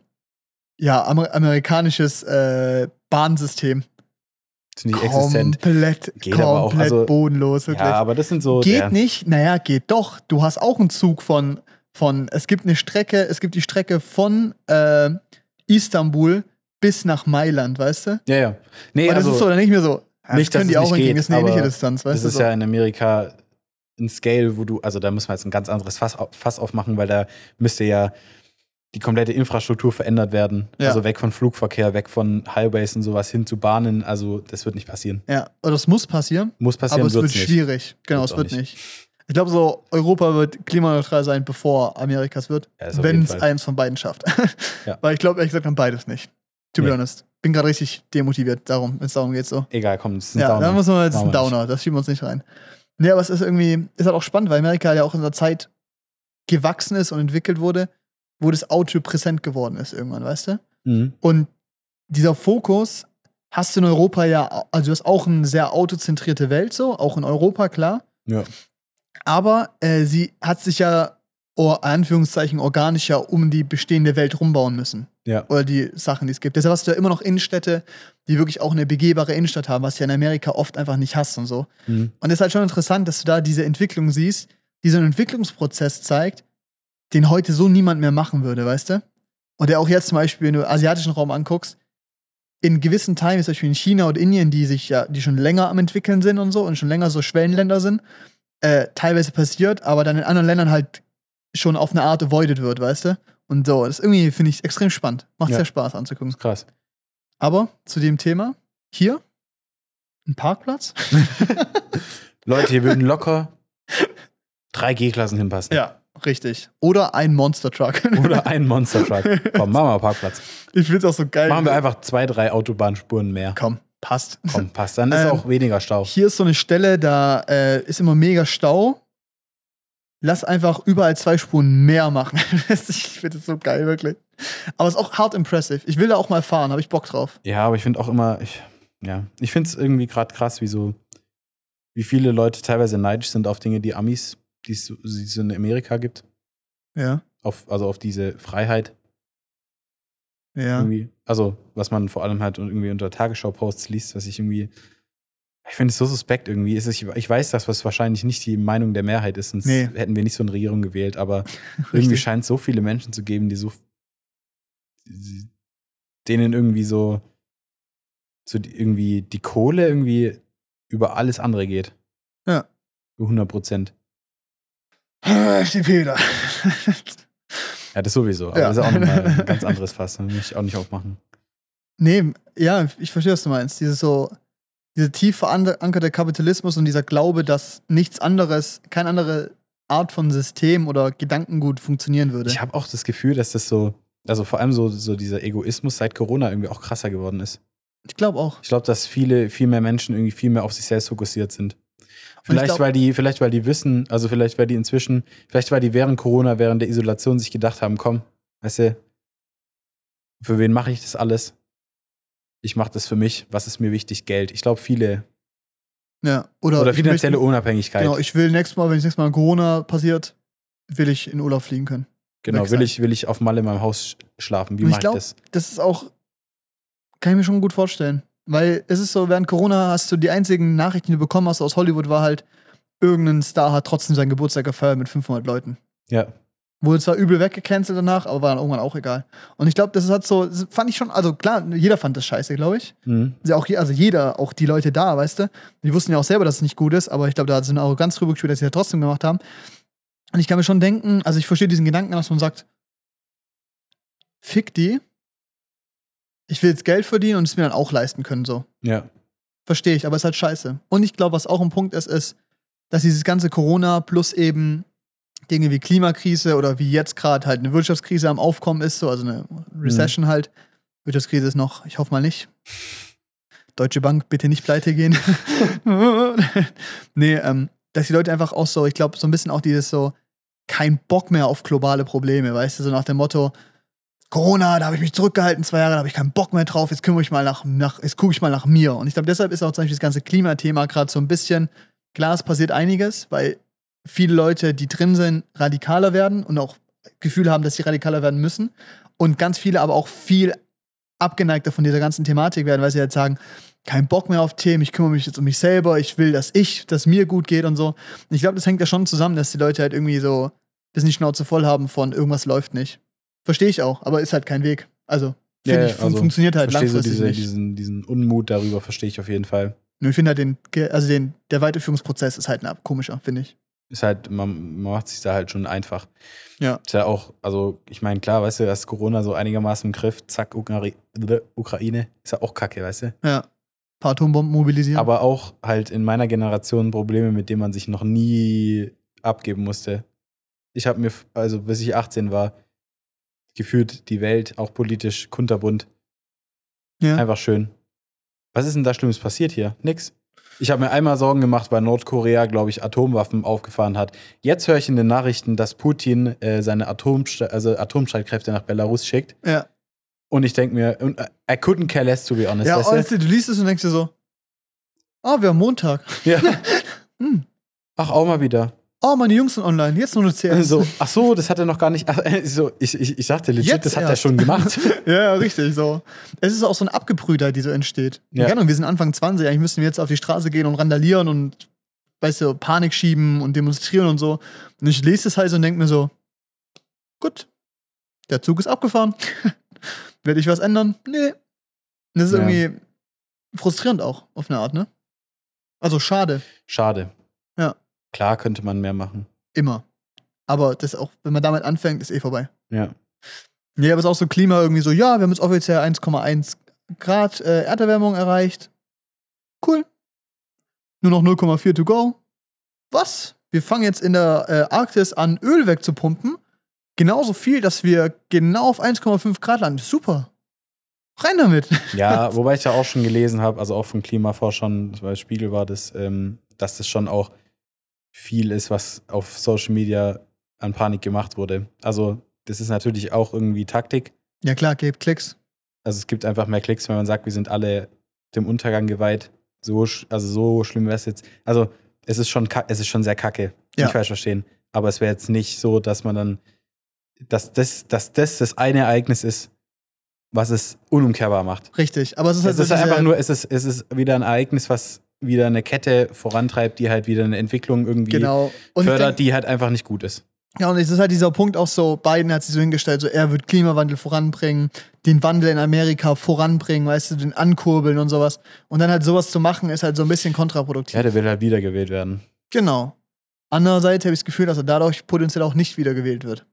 ja, amer amerikanisches äh, Bahnsystem. Sind die existent? Komplett, Geht aber auch, komplett also- bodenlos, wirklich. Ja, aber das sind so. Geht der, nicht? Naja, geht doch. Du hast auch einen Zug von, von es gibt eine Strecke, es gibt die Strecke von äh, Istanbul bis nach Mailand, weißt du? Ja, ja. Nee, Aber das also, ist so, dann denke ich mir so, ja, nicht, das können dass die es auch nicht hingehen, geht, das ist eine ähnliche aber Distanz, weißt das du? ist So. ja in Amerika ein Scale, wo du, also da muss man jetzt ein ganz anderes Fass, au- Fass aufmachen, weil da müsste ja die komplette Infrastruktur verändert werden. Ja. Also weg von Flugverkehr, weg von Highways und sowas hin zu Bahnen. Also das wird nicht passieren. Ja, oder das muss passieren, Muss passieren, aber es wird wird's nicht. schwierig. Genau, Wird's es auch wird nicht. nicht. Ich glaube, so Europa wird klimaneutral sein, bevor Amerika es wird, Ja, ist auf wenn jeden es Fall. eins von beiden schafft. Ja. Weil ich glaube, ehrlich gesagt, an beides nicht. To be Nee. honest. Bin gerade richtig demotiviert, darum, wenn es darum geht so. Egal, komm, das ist ein Ja, Downer. da muss man, das ist ein Machen wir nicht. Downer, das schieben wir uns nicht rein. Nee, aber es ist irgendwie, ist halt auch spannend, weil Amerika ja auch in der Zeit gewachsen ist und entwickelt wurde, wo das Auto präsent geworden ist irgendwann, weißt du? Mhm. Und dieser Fokus hast du in Europa ja, also du hast auch eine sehr autozentrierte Welt so, auch in Europa, klar. Ja. Aber äh, sie hat sich ja, oh, Anführungszeichen, organisch ja um die bestehende Welt rumbauen müssen. Ja. Oder die Sachen, die es gibt. Deshalb hast du ja immer noch Innenstädte, die wirklich auch eine begehbare Innenstadt haben, was du ja in Amerika oft einfach nicht hast und so. Mhm. Und es ist halt schon interessant, dass du da diese Entwicklung siehst, die so einen Entwicklungsprozess zeigt, den heute so niemand mehr machen würde, weißt du? Und der auch jetzt zum Beispiel, wenn du den asiatischen Raum anguckst, in gewissen Teilen, zum Beispiel in China und Indien, die sich ja, die schon länger am entwickeln sind und so und schon länger so Schwellenländer sind, äh, teilweise passiert, aber dann in anderen Ländern halt schon auf eine Art avoided wird, weißt du? Und so, das irgendwie finde ich extrem spannend. Macht Ja. sehr Spaß anzugucken. Ist krass. Aber zu dem Thema, hier, ein Parkplatz. Leute, hier würden locker drei G-Klassen hinpassen. Ja, richtig. Oder ein Monster Truck. Oder ein Monster Truck. Komm, machen wir Parkplatz. Ich find's auch so geil. Machen wir einfach zwei, drei Autobahnspuren mehr. Komm, passt. Komm, passt. Dann ist Ähm, auch weniger Stau. Hier ist so eine Stelle, da äh, ist immer mega Stau. Lass einfach überall zwei Spuren mehr machen. Ich finde das so geil, wirklich. Aber es ist auch hart impressive. Ich will da auch mal fahren, habe ich Bock drauf. Ja, aber ich finde auch immer, ich, ja, ich finde es irgendwie gerade krass, wie so, wie viele Leute teilweise neidisch sind auf Dinge, die Amis, die es so, die es in Amerika gibt. Ja. Auf, also auf diese Freiheit. Ja. Irgendwie. Also, was man vor allem halt irgendwie unter Tagesschau-Posts liest, was ich irgendwie. Ich finde es so suspekt irgendwie. Es ist, ich weiß, dass das wahrscheinlich nicht die Meinung der Mehrheit ist, sonst Nee. hätten wir nicht so eine Regierung gewählt, aber irgendwie scheint es so viele Menschen zu geben, die so. Die, denen irgendwie so. so die, irgendwie die Kohle irgendwie über alles andere geht. Ja. hundert Prozent. F D P da. Ja, das sowieso. Aber Ja. das ist auch nochmal ein ganz anderes Fass. Das will ich auch nicht aufmachen. Nee, ja, ich verstehe, was du meinst. Dieses so, diese tief verankerte Kapitalismus und dieser Glaube, dass nichts anderes, keine andere Art von System oder Gedankengut funktionieren würde. Ich habe auch das Gefühl, dass das so, also vor allem so, so dieser Egoismus seit Corona irgendwie auch krasser geworden ist. Ich glaube auch. Ich glaube, dass viele, viel mehr Menschen irgendwie viel mehr auf sich selbst fokussiert sind. Vielleicht, glaub, weil die, vielleicht, weil die wissen, also vielleicht, weil die inzwischen, vielleicht, weil die während Corona, während der Isolation sich gedacht haben, komm, weißt du, für wen mache ich das alles? Ich mache das für mich. Was ist mir wichtig? Geld. Ich glaube, viele. Ja, oder, oder finanzielle möchte, Unabhängigkeit. Genau, ich will nächstes Mal, wenn das nächste Mal Corona passiert, will ich in Urlaub fliegen können. Genau, will ich, will ich auf Malle in meinem Haus schlafen. Wie mache ich, glaub, ich das? Das ist auch, kann ich mir schon gut vorstellen. Weil es ist so, während Corona hast du die einzigen Nachrichten, die du bekommen hast aus Hollywood, war halt, irgendein Star hat trotzdem seinen Geburtstag gefeiert mit fünfhundert Leuten. Ja. Wurde zwar übel weggecancelt danach, aber war dann irgendwann auch egal. Und ich glaube, das hat so, das fand ich schon, also klar, jeder fand das scheiße, glaube ich. Mhm. Auch, also jeder, auch die Leute da, weißt du, die wussten ja auch selber, dass es nicht gut ist, aber ich glaube, da hat so eine Arroganz drüber gespielt, dass sie das trotzdem gemacht haben. Und ich kann mir schon denken, also ich verstehe diesen Gedanken, dass man sagt, fick die, ich will jetzt Geld verdienen und es mir dann auch leisten können, so. Ja. Verstehe ich, aber es ist halt scheiße. Und ich glaube, was auch ein Punkt ist, ist, dass dieses ganze Corona plus eben Dinge wie Klimakrise oder wie jetzt gerade halt eine Wirtschaftskrise am Aufkommen ist, so, also eine Recession mhm. halt. Wirtschaftskrise ist noch, ich hoffe mal nicht. Deutsche Bank, bitte nicht pleite gehen. nee, ähm, dass die Leute einfach auch so, ich glaube, so ein bisschen auch dieses so, kein Bock mehr auf globale Probleme, weißt du, so nach dem Motto, Corona, da habe ich mich zurückgehalten, zwei Jahre, da habe ich keinen Bock mehr drauf, jetzt kümmere ich mal nach, nach jetzt gucke ich mal nach mir. Und ich glaube, deshalb ist auch zum Beispiel das ganze Klimathema gerade so ein bisschen, klar, es passiert einiges, weil viele Leute, die drin sind, radikaler werden und auch Gefühle haben, dass sie radikaler werden müssen. Und ganz viele aber auch viel abgeneigter von dieser ganzen Thematik werden, weil sie halt sagen, kein Bock mehr auf Themen, ich kümmere mich jetzt um mich selber, ich will, dass ich, dass mir gut geht und so. Und ich glaube, das hängt ja schon zusammen, dass die Leute halt irgendwie so ein bisschen die Schnauze voll haben von irgendwas läuft nicht. Verstehe ich auch, aber ist halt kein Weg. Also, finde ja, ich, also, funktioniert halt langfristig so diese, nicht. Diesen, diesen Unmut darüber verstehe ich auf jeden Fall. Und ich finde halt den, also den, der Weiterführungsprozess ist halt ein komischer, finde ich. Ist halt, man, man macht sich da halt schon einfach. Ja. Ist ja auch, also ich meine, klar, weißt du, dass Corona so einigermaßen im Griff, zack, Ukra- Ukraine, ist ja auch kacke, weißt du? Ja. Ein paar Atombomben mobilisieren. Aber auch halt in meiner Generation Probleme, mit denen man sich noch nie abgeben musste. Ich habe mir, also bis ich achtzehn war, gefühlt die Welt, auch politisch, kunterbunt. Ja. Einfach schön. Was ist denn da Schlimmes passiert hier? Nix. Ich habe mir einmal Sorgen gemacht, weil Nordkorea, glaube ich, Atomwaffen aufgefahren hat. Jetzt höre ich in den Nachrichten, dass Putin äh, seine Atomst- also Atomstreitkräfte nach Belarus schickt. Ja. Und ich denke mir, I couldn't care less, to be honest. Ja, weißt du? du liest es und denkst dir so, ah, wir haben Montag. Ja. hm. Ach, auch mal wieder. Oh, meine Jungs sind online, jetzt nur eine C S. So, ach so, das hat er noch gar nicht. Ach, so, ich, ich, ich sagte legit, jetzt das hat erst. er schon gemacht. Ja, richtig, so. Es ist auch so eine Abgebrühtheit, die so entsteht. Ja. Keine Ahnung, wir sind Anfang zwanzig, eigentlich müssen wir jetzt auf die Straße gehen und randalieren und, weißt du, Panik schieben und demonstrieren und so. Und ich lese das halt so und denke mir so, gut, der Zug ist abgefahren. Werde ich was ändern? Nee. Und das ist Ja. irgendwie frustrierend auch, auf eine Art, ne? Also schade. Schade. Ja. Klar könnte man mehr machen. Immer. Aber das auch, wenn man damit anfängt, ist eh vorbei. Ja. Ja, aber es ist auch so Klima irgendwie so, ja, wir haben jetzt offiziell eins Komma eins Grad äh, Erderwärmung erreicht. Cool. Nur noch null Komma vier to go. Was? Wir fangen jetzt in der äh, Arktis an, Öl wegzupumpen. Genauso viel, dass wir genau auf eins Komma fünf Grad landen. Super. Rein damit. Ja, wobei ich ja auch schon gelesen habe, also auch von Klimaforschern, bei Spiegel war das, ähm, dass das schon auch viel ist, was auf Social Media an Panik gemacht wurde. Also das ist natürlich auch irgendwie Taktik, Ja klar, gebt Klicks. Also es gibt einfach mehr Klicks, wenn man sagt, wir sind alle dem Untergang geweiht. So, sch- also so schlimm wäre es jetzt. Also es ist schon kack, es ist schon sehr kacke. Ja. Nicht falsch verstehen. Aber es wäre jetzt nicht so, dass man dann, dass das, dass das das eine Ereignis ist, was es unumkehrbar macht. Richtig. Aber es ist halt Es ist so einfach diese- nur, es ist, es ist wieder ein Ereignis, was wieder eine Kette vorantreibt, die halt wieder eine Entwicklung irgendwie Genau. Und ich fördert, denk, die halt einfach nicht gut ist. ja, und es ist halt dieser Punkt auch so, Biden hat sich so hingestellt, so er wird Klimawandel voranbringen, den Wandel in Amerika voranbringen, weißt du, den ankurbeln und sowas. Und dann halt sowas zu machen, ist halt so ein bisschen kontraproduktiv. Ja, der will halt wiedergewählt werden. Genau. Andererseits habe ich das Gefühl, dass er dadurch potenziell auch nicht wiedergewählt wird.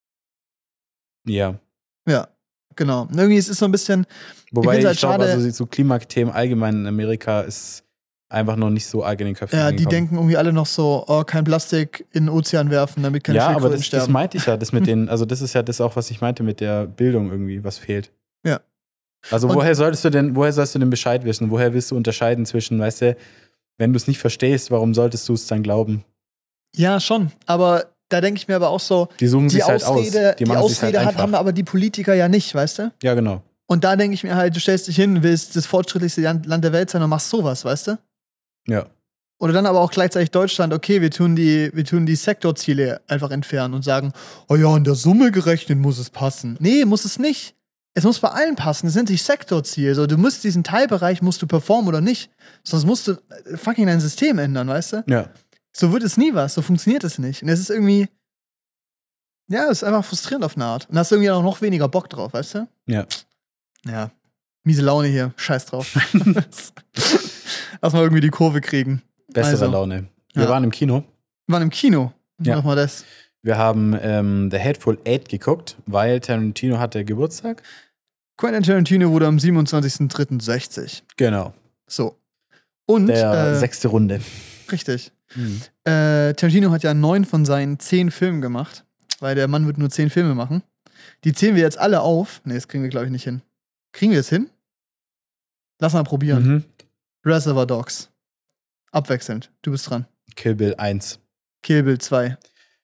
Ja. Ja, genau. Und irgendwie ist es so ein bisschen, Wobei find's ich, halt glaube, schade- also so Klimathemen allgemein in Amerika ist einfach noch nicht so arg in den Köpfen ja, die angekommen. denken irgendwie alle noch so, oh, kein Plastik in den Ozean werfen, damit keine Ja, aber Schildkröten das, das sterben. meinte ich ja, das mit den, also das ist ja das auch, was ich meinte mit der Bildung irgendwie, was fehlt. Ja. Also Und- woher solltest du denn, woher sollst du denn Bescheid wissen? Woher willst du unterscheiden zwischen, weißt du, wenn du es nicht verstehst, warum solltest du es dann glauben? Ja, schon. Aber da denke ich mir aber auch so, Die suchen die sich halt aus. Ausrede, die, machen sich's Ausrede halt hat, einfach. haben aber die Politiker ja nicht, weißt du? Ja, genau. Und da denke ich mir halt, du stellst dich hin, willst das fortschrittlichste Land Land der Welt sein und machst sowas, weißt du? Ja. Oder dann aber auch gleichzeitig Deutschland, okay, wir tun die, wir tun die Sektorziele einfach entfernen und sagen, oh ja, in der Summe gerechnet muss es passen. Nee, muss es nicht. Es muss bei allen passen. Es sind die Sektorziele. So, du musst diesen Teilbereich, musst du performen oder nicht. Sonst musst du äh, fucking dein System ändern, weißt du? Ja. So wird es nie was, so funktioniert es nicht. Und es ist irgendwie, ja, es ist einfach frustrierend auf eine Art. Und da hast du irgendwie auch noch weniger Bock drauf, weißt du? Ja. Ja, miese Laune hier, scheiß drauf. Lass mal irgendwie die Kurve kriegen. Bessere Also, Laune. Wir ja. waren im Kino. Wir waren im Kino. Ja. Mach mal das. Wir haben ähm, The Hateful Eight geguckt, weil Tarantino hatte Geburtstag. Quentin Tarantino wurde am siebenundzwanzigsten dritten sechzig. Genau. So. Und, Der äh, sechste Runde. richtig. Äh, Tarantino hat ja neun von seinen zehn Filmen gemacht, weil der Mann wird nur zehn Filme machen. Die zählen wir jetzt alle auf. Ne, das kriegen wir, glaube ich, nicht hin. Kriegen wir es hin? Lass mal probieren. Mhm. Reservoir Dogs. Abwechselnd. Du bist dran. Kill Bill eins. Kill Bill zwei.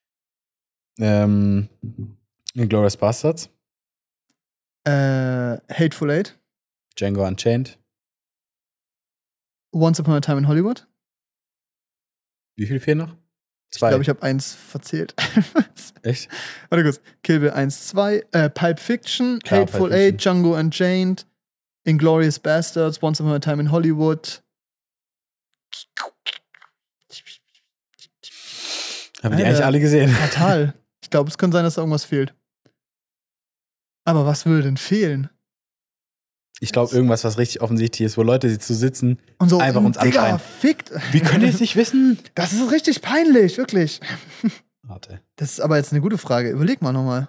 Ähm, Inglourious Bastards. Äh, Hateful Eight. Django Unchained. Once Upon a Time in Hollywood. Wie viel fehlen noch? Ich Zwei. glaube, ich habe eins verzählt. Echt? Warte kurz. Kill Bill eins, zwei. Äh, Pulp Fiction. Klar, Hateful Pulp Eight. Fiction. Django Unchained. Inglourious Bastards. Once Upon a Time in Hollywood. Haben die Alter. eigentlich alle gesehen? Fatal. Ich glaube, es könnte sein, dass da irgendwas fehlt. Aber was würde denn fehlen? Ich glaube, irgendwas, was richtig offensichtlich ist, wo Leute sich zu sitzen. Und so, Einfach uns Digga, anschreien. fickt. Wie könnt ihr es nicht wissen? Das ist richtig peinlich, wirklich. Warte. Das ist aber jetzt eine gute Frage. Überleg mal nochmal.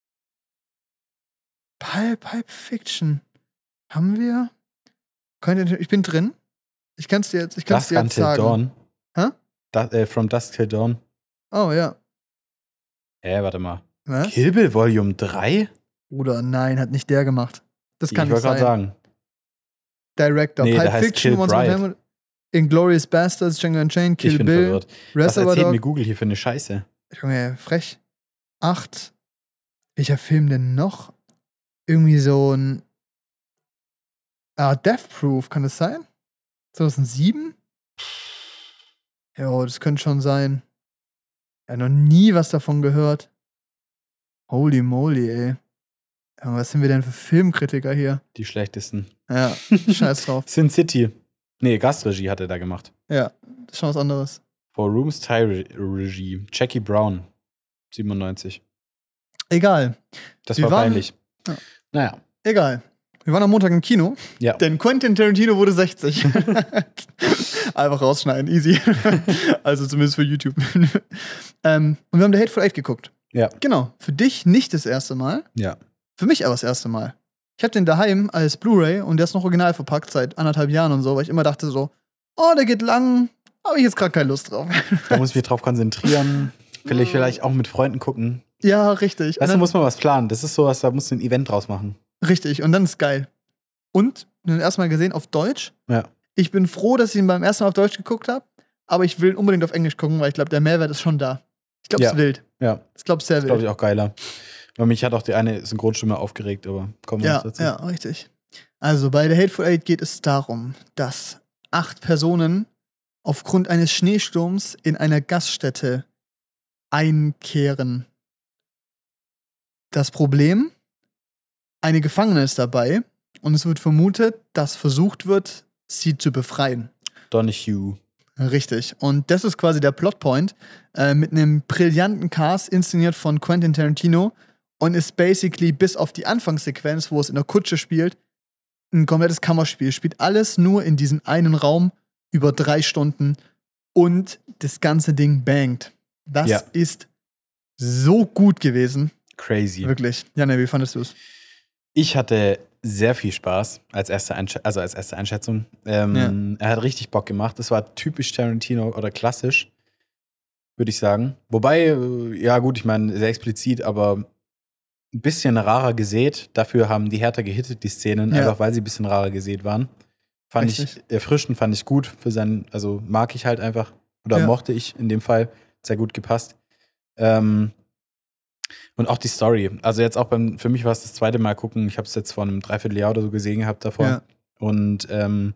Pulp, Pulp Fiction. Haben wir? Könnte, ich bin drin. Ich kann es dir jetzt, ich kann's Dusk dir jetzt Until sagen. Dawn. Hä? Da, äh, From Dusk Till Dawn. Oh ja. Hä, warte mal. Was? Kill Bill Volume drei? Oder nein, hat nicht der gemacht. Das Ich kann nicht wollte gerade sein. sagen. Director. Nee, Pulp der heißt Fiction, Kill Once Upon a Bride. Time, Inglourious Bastards, Django Unchained, Kill ich bin Bill, verwirrt. Was Reservoir erzählt mir Dogs. Google hier für eine Scheiße? Junge, frech. Acht. Welcher Film denn noch? Irgendwie so ein. Ah, Death Proof, kann das sein? zweitausendsieben? Jo, das könnte schon sein. Ja, noch nie was davon gehört. Holy moly, ey. Ja, was sind wir denn für Filmkritiker hier? Die schlechtesten. Ja, scheiß drauf. Sin City. Nee, Gastregie hat er da gemacht. Ja, das ist schon was anderes. For Rooms Thai Regie. Jackie Brown. siebenundneunzig. Egal, Das Wir war waren- peinlich. Ja. Naja. egal. Wir waren am Montag im Kino, Ja. denn Quentin Tarantino wurde sechzig. Einfach rausschneiden, easy. Also zumindest für YouTube. ähm, und wir haben The Hateful Eight geguckt. Ja. Genau, für dich nicht das erste Mal, Ja. für mich aber das erste Mal. Ich hab den daheim als Blu-ray und der ist noch original verpackt seit anderthalb Jahren und so, weil ich immer dachte so, oh, der geht lang, habe ich jetzt gerade keine Lust drauf. Da muss ich mich drauf konzentrieren. Vielleicht, vielleicht auch mit Freunden gucken. Ja, richtig. Und Weißt du, dann- muss man was planen. Das ist sowas, da musst du ein Event draus machen. Richtig, und dann ist geil. Und, den erstmal gesehen auf Deutsch. Ja. Ich bin froh, dass ich ihn beim ersten Mal auf Deutsch geguckt habe, aber ich will unbedingt auf Englisch gucken, weil ich glaube, der Mehrwert ist schon da. Ich glaube, es Ja. ist wild. Ja, Ich glaube, es ist sehr das glaube wild. ich auch geiler. Aber mich hat auch die eine Synchronstimme aufgeregt, aber kommen wir Ja, noch dazu. ja, richtig. Also bei The Hateful Eight geht es darum, dass acht Personen aufgrund eines Schneesturms in einer Gaststätte einkehren. Das Problem: Eine Gefangene ist dabei und es wird vermutet, dass versucht wird, sie zu befreien. Donahue. Richtig. Und das ist quasi der Plotpoint äh, mit einem brillanten Cast, inszeniert von Quentin Tarantino, und ist basically bis auf die Anfangssequenz, wo es in der Kutsche spielt, ein komplettes Kammerspiel. Spielt alles nur in diesem einen Raum über drei Stunden und das ganze Ding bangt. Das Ja. ist so gut gewesen. Crazy. Wirklich. Janne, wie fandest du es? Ich hatte sehr viel Spaß als erste, Einsch- also als erste Einschätzung. Ähm, Er hat richtig Bock gemacht. Es war typisch Tarantino oder klassisch, würde ich sagen. Wobei, äh, ja gut, ich meine, sehr explizit, aber ein bisschen rarer gesät. Dafür haben die härter gehittet, die Szenen, Ja. einfach weil sie ein bisschen rarer gesät waren. Fand Richtig. ich erfrischend, fand ich gut für seinen, also mag ich halt einfach, oder Ja. mochte ich in dem Fall, sehr gut gepasst. Ähm, und auch die Story. Also jetzt auch beim, für mich war es das zweite Mal gucken, ich habe es jetzt vor einem Dreivierteljahr oder so gesehen gehabt davor. Ja. Und ähm,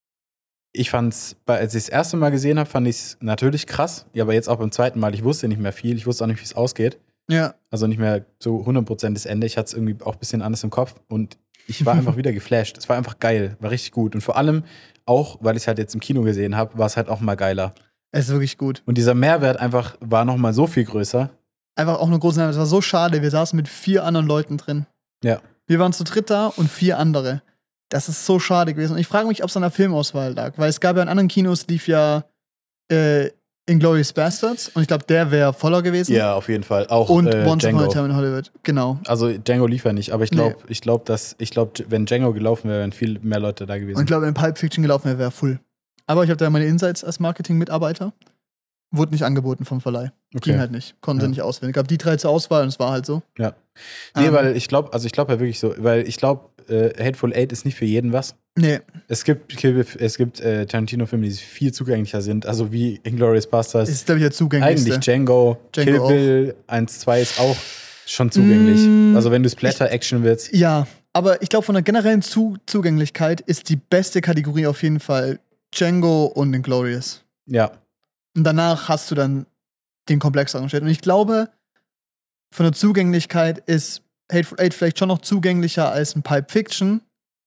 ich fand's, bei- als ich das erste Mal gesehen habe, fand ich es natürlich krass. Ja, aber jetzt auch beim zweiten Mal, ich wusste nicht mehr viel, ich wusste auch nicht, wie es ausgeht. Ja. Also nicht mehr so hundert Prozent das Ende. Ich hatte es irgendwie auch ein bisschen anders im Kopf und ich war einfach wieder geflasht. Es war einfach geil, war richtig gut. Und vor allem auch, weil ich es halt jetzt im Kino gesehen habe, war es halt auch mal geiler. Es ist wirklich gut. Und dieser Mehrwert einfach war noch mal so viel größer. Einfach auch eine große Name. Es war so schade. Wir saßen mit vier anderen Leuten drin. Ja. Wir waren zu dritt da und vier andere. Das ist so schade gewesen. Und ich frage mich, ob es an der Filmauswahl lag. Weil es gab ja in anderen Kinos, lief ja äh, Inglourious Bastards. Und ich glaube, der wäre voller gewesen. Ja, auf jeden Fall. Auch Und äh, Once Upon a Django. Time in Hollywood. Genau. Also Django lief ja nicht, aber ich glaube, Nee. ich glaube, dass ich glaube, wenn Django gelaufen wäre, wären viel mehr Leute da gewesen. Und ich glaube, wenn Pulp Fiction gelaufen wäre, wäre full. Aber ich habe da meine Insights als Marketing-Mitarbeiter. Wurde nicht angeboten vom Verleih. Okay. Ging halt nicht. Konnten Ja. sie nicht auswählen. Es gab die drei zur Auswahl und es war halt so. Ja. Nee, Ähm, weil ich glaube, also ich glaube ja wirklich so, weil ich glaube, äh, Hateful Eight ist nicht für jeden was. Nee. Es gibt, es gibt äh, Tarantino-Filme, die viel zugänglicher sind, also wie Inglourious Basterds. Ist, glaube ich, der zugänglichste. Eigentlich Django, Django Kill Bill eins, zwei ist auch schon zugänglich. Mm, also wenn du Splatter-Action willst. Ja, aber ich glaube, von der generellen Zu Zugänglichkeit ist die beste Kategorie auf jeden Fall Django und Inglourious. Ja, Und danach hast du dann den komplexeren Shit. Und ich glaube, von der Zugänglichkeit ist Hateful Eight vielleicht schon noch zugänglicher als ein Pulp Fiction,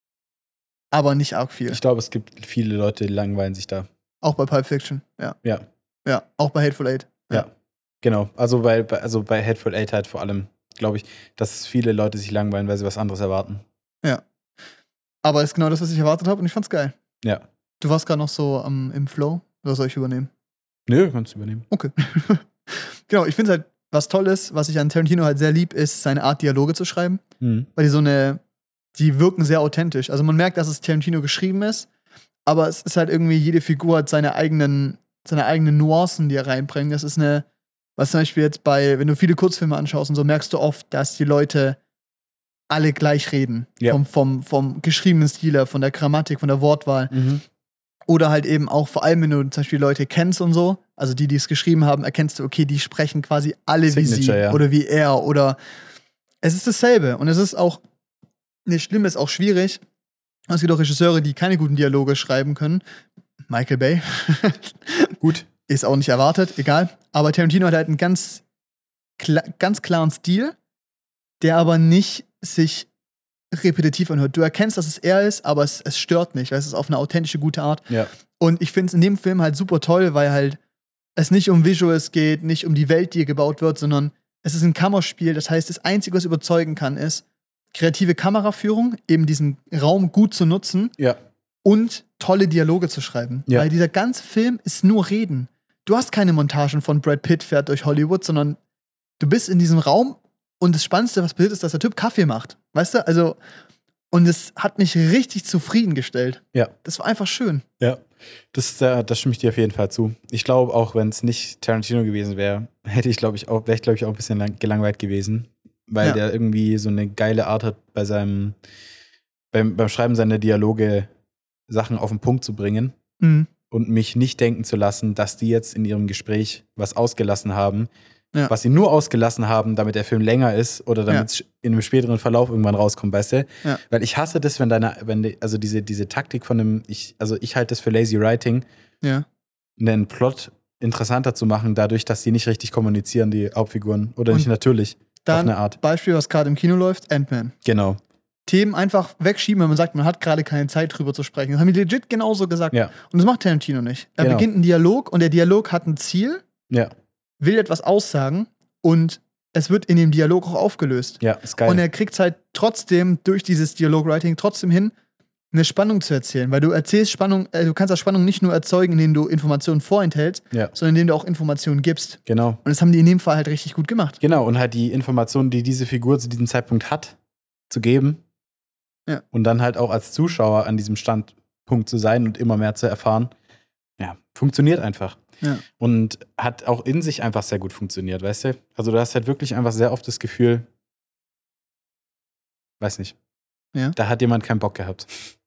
aber nicht arg viel. ich glaube, es gibt viele Leute, die langweilen sich da. Auch bei Pulp Fiction, ja. Ja, Ja, auch bei Hateful Eight. ja, genau. Also bei, bei, also bei Hateful Eight halt vor allem, glaube ich, dass viele Leute sich langweilen, weil sie was anderes erwarten. Ja. Aber ist genau das, was ich erwartet habe und ich fand's geil. Ja. Du warst gerade noch so am im Flow. Oder soll ich übernehmen? Nö, kannst du übernehmen. Okay. Genau, ich finde halt, was toll ist, was ich an Tarantino halt sehr lieb, ist seine Art, Dialoge zu schreiben. Mhm. Weil die so eine, die wirken sehr authentisch. Also man merkt, dass es Tarantino geschrieben ist, aber es ist halt irgendwie, jede Figur hat seine eigenen, seine eigenen Nuancen, die er reinbringt. Das ist eine, was zum Beispiel jetzt bei, wenn du viele Kurzfilme anschaust und so, merkst du oft, dass die Leute alle gleich reden. Ja. Vom, vom, vom geschriebenen Stil her, von der Grammatik, von der Wortwahl. Mhm. Oder halt eben auch, vor allem, wenn du zum Beispiel Leute kennst und so, also die, die es geschrieben haben, erkennst du, okay, die sprechen quasi alle wie sie Signature, ja. oder wie er oder es ist dasselbe. Und es ist auch nicht schlimm, es ist auch schwierig. Es gibt auch Regisseure, die keine guten Dialoge schreiben können. Michael Bay. Gut. Ist auch nicht erwartet, egal. Aber Tarantino hat halt einen ganz, kla ganz klaren Stil, der aber nicht sich repetitiv anhört. Du erkennst, dass es er ist, aber es, es stört nicht, weil es ist auf eine authentische, gute Art. Ja. Und ich finde es in dem Film halt super toll, weil halt es nicht um Visuals geht, nicht um die Welt, die hier gebaut wird, sondern es ist ein Kammerspiel. Das heißt, das Einzige, was überzeugen kann, ist kreative Kameraführung, eben diesen Raum gut zu nutzen Ja. und tolle Dialoge zu schreiben. Ja. Weil dieser ganze Film ist nur Reden. Du hast keine Montagen von Brad Pitt fährt durch Hollywood, sondern du bist in diesem Raum und das Spannendste, was passiert, ist, dass der Typ Kaffee macht. Weißt du? Also, und es hat mich richtig zufriedengestellt. Ja. Das war einfach schön. Ja, das, äh, das stimme ich dir auf jeden Fall zu. Ich glaube, auch wenn es nicht Tarantino gewesen wäre, hätte ich, glaube ich, auch, wäre ich, glaube ich, auch ein bisschen lang, gelangweilt gewesen. Weil Ja. der irgendwie so eine geile Art hat, bei seinem, beim, beim Schreiben seiner Dialoge Sachen auf den Punkt zu bringen Mhm. und mich nicht denken zu lassen, dass die jetzt in ihrem Gespräch was ausgelassen haben, Ja. Was sie nur ausgelassen haben, damit der Film länger ist oder damit es ja. in einem späteren Verlauf irgendwann rauskommt, weißt du? Ja. Weil ich hasse das, wenn deine, wenn die, also diese, diese Taktik von einem, ich, also ich halte das für lazy writing, ja. einen Plot interessanter zu machen, dadurch, dass die nicht richtig kommunizieren, die Hauptfiguren. Oder Und nicht natürlich, dann auf eine Art. Beispiel, was gerade im Kino läuft, Ant-Man. Genau. Themen einfach wegschieben, wenn man sagt, man hat gerade keine Zeit drüber zu sprechen. Das haben die legit genauso gesagt. Ja. Und das macht Tarantino nicht. Er genau. beginnt einen Dialog und der Dialog hat ein Ziel, ja. will etwas aussagen und es wird in dem Dialog auch aufgelöst. Ja, ist geil. Und er kriegt halt trotzdem durch dieses Dialogwriting trotzdem hin, eine Spannung zu erzählen. Weil du erzählst Spannung, äh, du kannst das Spannung nicht nur erzeugen, indem du Informationen vorenthältst, ja. sondern indem du auch Informationen gibst. Genau. Und das haben die in dem Fall halt richtig gut gemacht. Genau, und halt die Informationen, die diese Figur zu diesem Zeitpunkt hat, zu geben. Ja. Und dann halt auch als Zuschauer an diesem Standpunkt zu sein und immer mehr zu erfahren. Ja, funktioniert einfach. Ja. Und hat auch in sich einfach sehr gut funktioniert, weißt du? Also du hast halt wirklich einfach sehr oft das Gefühl, weiß nicht, ja. da hat jemand keinen Bock gehabt.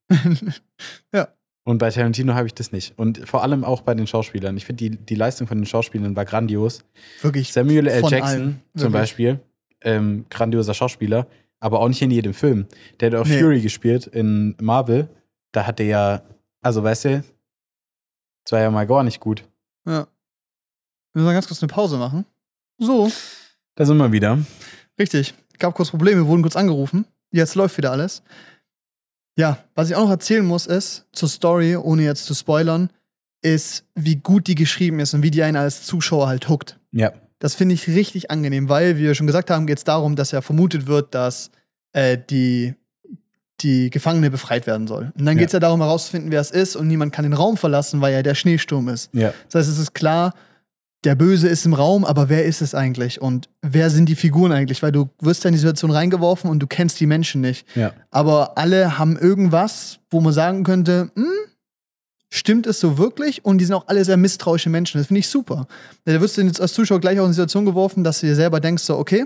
ja. Und bei Tarantino habe ich das nicht. Und vor allem auch bei den Schauspielern. Ich finde, die, die Leistung von den Schauspielern war grandios. Wirklich. Samuel L. Jackson allem. zum Beispiel, ähm, grandioser Schauspieler, aber auch nicht in jedem Film. Der hat auch nee. Fury gespielt in Marvel. Da hat der ja, also weißt du, das war ja mal gar nicht gut. Ja. Wir müssen mal ganz kurz eine Pause machen. So. Da sind wir wieder. Richtig. Gab kurz Probleme, wurden kurz angerufen. Jetzt läuft wieder alles. Ja, was ich auch noch erzählen muss, ist, zur Story, ohne jetzt zu spoilern, ist, wie gut die geschrieben ist und wie die einen als Zuschauer halt hookt. Ja. Das finde ich richtig angenehm, weil, wie wir schon gesagt haben, geht es darum, dass ja vermutet wird, dass äh, die, die Gefangene befreit werden soll. Und dann ja. geht es ja darum, herauszufinden, wer es ist und niemand kann den Raum verlassen, weil ja der Schneesturm ist. Ja. Das heißt, es ist klar, der Böse ist im Raum, aber wer ist es eigentlich? Und wer sind die Figuren eigentlich? Weil du wirst ja in die Situation reingeworfen und du kennst die Menschen nicht. Ja. Aber alle haben irgendwas, wo man sagen könnte, hm, stimmt es so wirklich? Und die sind auch alle sehr misstrauische Menschen. Das finde ich super. Da wirst du jetzt als Zuschauer gleich auch in die Situation geworfen, dass du dir selber denkst, so, okay,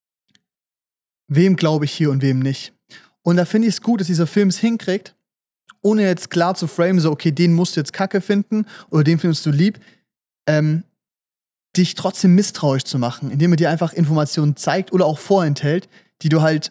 wem glaube ich hier und wem nicht? Und da finde ich es gut, dass dieser Film es hinkriegt, ohne jetzt klar zu framen, so, okay, den musst du jetzt kacke finden oder den findest du lieb, ähm, dich trotzdem misstrauisch zu machen, indem er dir einfach Informationen zeigt oder auch vorenthält, die du halt,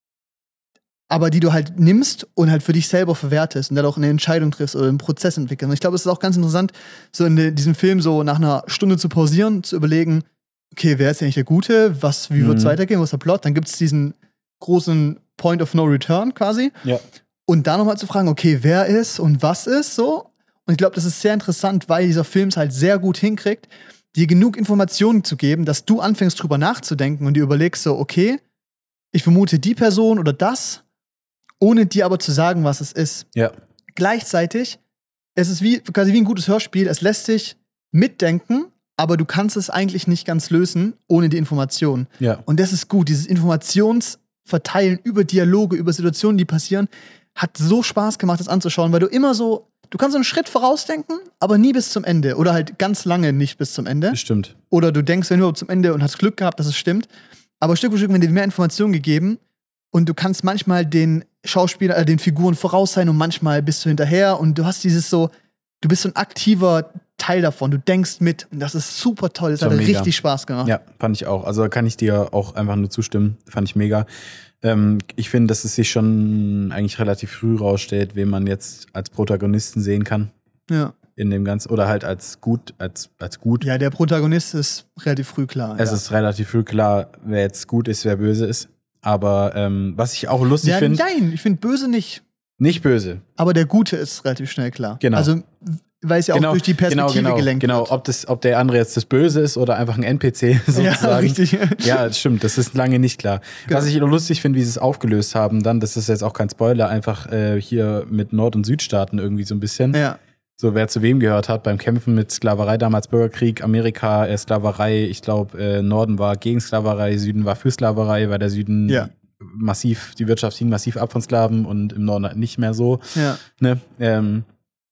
aber die du halt nimmst und halt für dich selber verwertest und dann auch eine Entscheidung triffst oder einen Prozess entwickelst. Und ich glaube, es ist auch ganz interessant, so in diesem Film so nach einer Stunde zu pausieren, zu überlegen, okay, wer ist eigentlich der Gute, was, wie wird's Mhm. weitergehen, was ist der Plot? Dann gibt es diesen großen Point of No Return quasi. Ja. Und da nochmal zu fragen, okay, wer ist und was ist so. Und ich glaube, das ist sehr interessant, weil dieser Film es halt sehr gut hinkriegt, dir genug Informationen zu geben, dass du anfängst drüber nachzudenken und dir überlegst so, okay, ich vermute die Person oder das, ohne dir aber zu sagen, was es ist. Ja. Gleichzeitig, es ist wie, quasi wie ein gutes Hörspiel, es lässt dich mitdenken, aber du kannst es eigentlich nicht ganz lösen, ohne die Information. Ja. Und das ist gut, dieses Informationsverteilen über Dialoge, über Situationen, die passieren, hat so Spaß gemacht, das anzuschauen, weil du immer so, du kannst so einen Schritt vorausdenken, aber nie bis zum Ende. Oder halt ganz lange nicht bis zum Ende. Das stimmt. Oder du denkst ja nur zum Ende und hast Glück gehabt, dass es stimmt. Aber Stück für Stück wird dir mehr Informationen gegeben und du kannst manchmal den Schauspieler, äh, den Figuren voraus sein und manchmal bist du hinterher und du hast dieses so, du bist so ein aktiver Teil davon, du denkst mit und das ist super toll, das Das hat war mega. richtig Spaß gemacht. Ja, fand ich auch. Also kann ich dir auch einfach nur zustimmen. Fand ich mega. Ähm, ich finde, dass es sich schon eigentlich relativ früh rausstellt, wen man jetzt als Protagonisten sehen kann. Ja. In dem Ganzen. Oder halt als gut, als, als gut. Ja, der Protagonist ist relativ früh klar. Es ja. ist relativ früh klar, wer jetzt gut ist, wer böse ist. Aber ähm, was ich auch lustig ja, finde. Nein, ich finde böse nicht. Nicht böse. Aber der Gute ist relativ schnell klar. Genau. Also, weil es ja auch Genau, durch die Perspektive genau, genau, gelenkt genau. wird. Ob, das, ob der andere jetzt das Böse ist oder einfach ein N P C sozusagen. Ja, richtig. Ja, das stimmt. Das ist lange nicht klar. Genau. Was ich noch lustig finde, wie sie es aufgelöst haben, dann, das ist jetzt auch kein Spoiler, einfach äh, hier mit Nord- und Südstaaten irgendwie so ein bisschen. Ja. So, wer zu wem gehört hat beim Kämpfen mit Sklaverei, damals Bürgerkrieg, Amerika, äh, Sklaverei, ich glaube, äh, Norden war gegen Sklaverei, Süden war für Sklaverei, weil der Süden Ja. massiv, die Wirtschaft hing massiv ab von Sklaven und im Norden nicht mehr so. Ja. Ne? Ähm,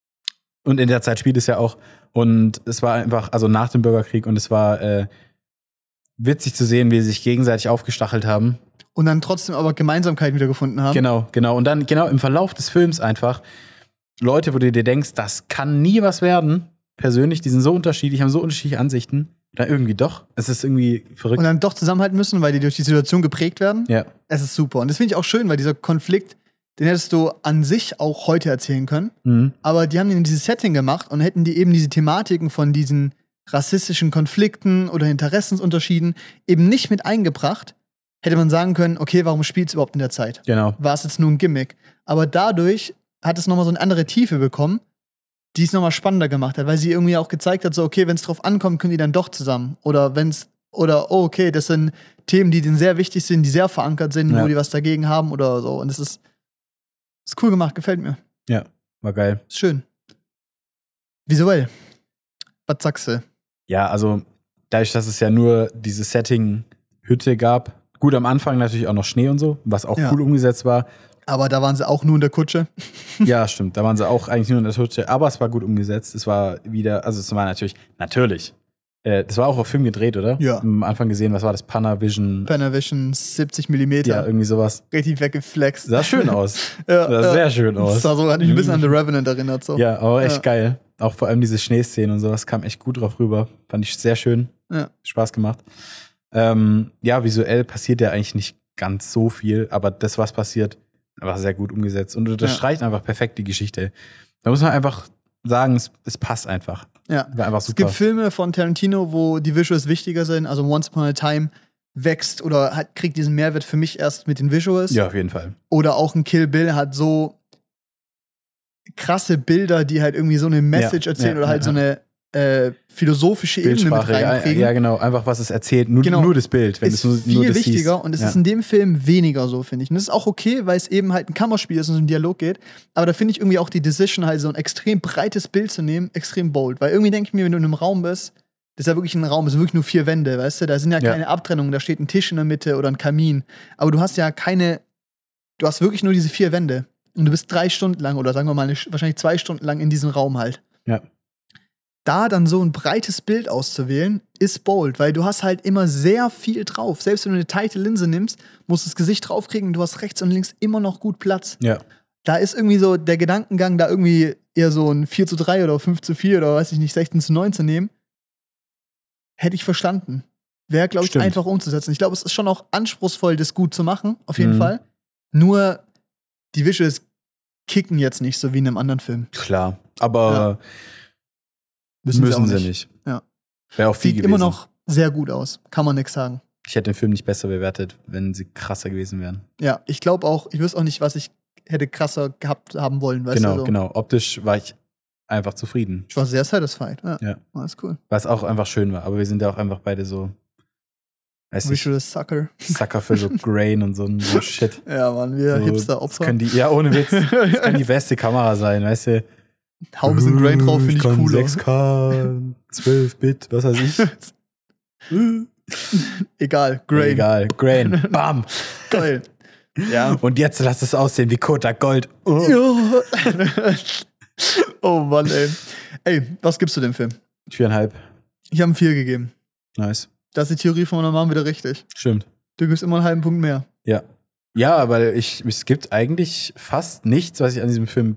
und in der Zeit spielt es ja auch. Und es war einfach, also nach dem Bürgerkrieg, und es war äh, witzig zu sehen, wie sie sich gegenseitig aufgestachelt haben. Und dann trotzdem aber Gemeinsamkeiten wieder gefunden haben. Genau, genau. Und dann, genau, im Verlauf des Films einfach Leute, wo du dir denkst, das kann nie was werden, persönlich, die sind so unterschiedlich, haben so unterschiedliche Ansichten, Oder irgendwie doch. Es ist irgendwie verrückt. Und dann doch zusammenhalten müssen, weil die durch die Situation geprägt werden. Ja. Es ist super. Und das finde ich auch schön, weil dieser Konflikt, den hättest du an sich auch heute erzählen können. Mhm. Aber die haben den in dieses Setting gemacht und hätten die eben diese Thematiken von diesen rassistischen Konflikten oder Interessensunterschieden eben nicht mit eingebracht, hätte man sagen können, okay, warum spielt es überhaupt in der Zeit? Genau. War es jetzt nur ein Gimmick? Aber dadurch hat es nochmal so eine andere Tiefe bekommen, die es nochmal spannender gemacht hat, weil sie irgendwie auch gezeigt hat, so, okay, wenn es drauf ankommt, können die dann doch zusammen. Oder wenn es, oder, oh, okay, das sind Themen, die denen sehr wichtig sind, die sehr verankert sind, Ja. wo die was dagegen haben oder so. Und das ist, ist cool gemacht, gefällt mir. Ja, war geil. Ist schön. Visuell. Was sagst du? Ja, also dadurch, dass es ja nur dieses Setting Hütte gab, gut am Anfang natürlich auch noch Schnee und so, was auch Ja. cool umgesetzt war. Aber da waren sie auch nur in der Kutsche. Ja, stimmt, da waren sie auch eigentlich nur in der Hütte, aber es war gut umgesetzt. Es war wieder, also es war natürlich, natürlich, äh, das war auch auf Film gedreht, oder? Ja. Am Anfang gesehen, was war das? Panavision. Panavision siebzig Millimeter. Ja, irgendwie sowas. Richtig weggeflext. Sah schön aus. Ja, Sah ja. sehr schön aus. Das sah so, hat mich ein bisschen an The Revenant erinnert. So. Ja, aber echt Ja. geil. Auch vor allem diese Schneeszenen und sowas kam echt gut drauf rüber. Fand ich sehr schön. Ja. Spaß gemacht. Ähm, ja, visuell passiert ja eigentlich nicht ganz so viel, aber das, was passiert, war sehr gut umgesetzt. Und das Ja. streicht einfach perfekt die Geschichte. Da muss man einfach sagen, es, es passt einfach. Ja. War einfach Es super. gibt Filme von Tarantino, wo die Visuals wichtiger sind. Also Once Upon a Time wächst oder hat, kriegt diesen Mehrwert für mich erst mit den Visuals. Ja, auf jeden Fall. Oder auch ein Kill Bill hat so krasse Bilder, die halt irgendwie so eine Message Ja, erzählen ja, oder halt ja, so eine äh, philosophische Ebene mit Bildsprache, ja, reinkriegen. ja, genau. Einfach, was es erzählt. Nur, Genau. nur das Bild. Wenn ist es nur, viel nur das wichtiger siehst. und es ja. ist in dem Film weniger so, finde ich. Und das ist auch okay, weil es eben halt ein Kammerspiel ist und es um Dialog geht. Aber da finde ich irgendwie auch die Decision, halt so ein extrem breites Bild zu nehmen, extrem bold. Weil irgendwie denke ich mir, wenn du in einem Raum bist, das ist ja wirklich ein Raum, das sind wirklich nur vier Wände, weißt du? Da sind ja Ja. keine Abtrennungen, da steht ein Tisch in der Mitte oder ein Kamin. Aber du hast ja keine, du hast wirklich nur diese vier Wände. Und du bist drei Stunden lang oder sagen wir mal eine, wahrscheinlich zwei Stunden lang in diesem Raum halt. Ja. Da dann so ein breites Bild auszuwählen, ist bold, weil du hast halt immer sehr viel drauf. Selbst wenn du eine tiefe Linse nimmst, musst du das Gesicht draufkriegen, du hast rechts und links immer noch gut Platz. Ja. Da ist irgendwie so der Gedankengang, da irgendwie eher so ein vier zu drei oder fünf zu vier oder weiß ich nicht, sechzehn zu neun zu nehmen, hätte ich verstanden. Wäre, glaube ich, Stimmt. einfach umzusetzen. Ich glaube, es ist schon auch anspruchsvoll, das gut zu machen, auf jeden Mhm. Fall. Nur die Visuals kicken jetzt nicht, so wie in einem anderen Film. Klar. Aber Müssen, müssen, sie auch sie nicht. nicht. Ja. Wäre auch viel Sieht gewesen. immer noch sehr gut aus. Kann man nichts sagen. Ich hätte den Film nicht besser bewertet, wenn sie krasser gewesen wären. Ja, ich glaube auch, ich wüsste auch nicht, was ich hätte krasser gehabt haben wollen. Weißt Genau, du, so. genau. Optisch war ich einfach zufrieden. Ich war sehr satisfied. Ja, Ja. alles cool. Weil es auch einfach schön war. Aber wir sind ja auch einfach beide so, weiß nicht, Visual Sucker. Sucker für so Grain und so ein so Shit. Ja, Mann, wir So, das Hipster-Opfer. können die, ja, ohne Witz. Das kann die beste Kamera sein, weißt du? Hau ein bisschen Grain drauf, finde ich kann cooler. sechs K, zwölf Bit, was weiß ich. Egal, Grain. Egal, Grain, bam. Geil. Ja. Und jetzt lass es aussehen wie Kota Gold. Oh. Ja. Oh Mann, ey. Ey, was gibst du dem Film? Viereinhalb. Ich habe ihm vier gegeben. Nice. Da ist die Theorie von meiner Mom wieder richtig. Stimmt. Du gibst immer einen halben Punkt mehr. Ja. Ja, weil ich, es gibt eigentlich fast nichts, was ich an diesem Film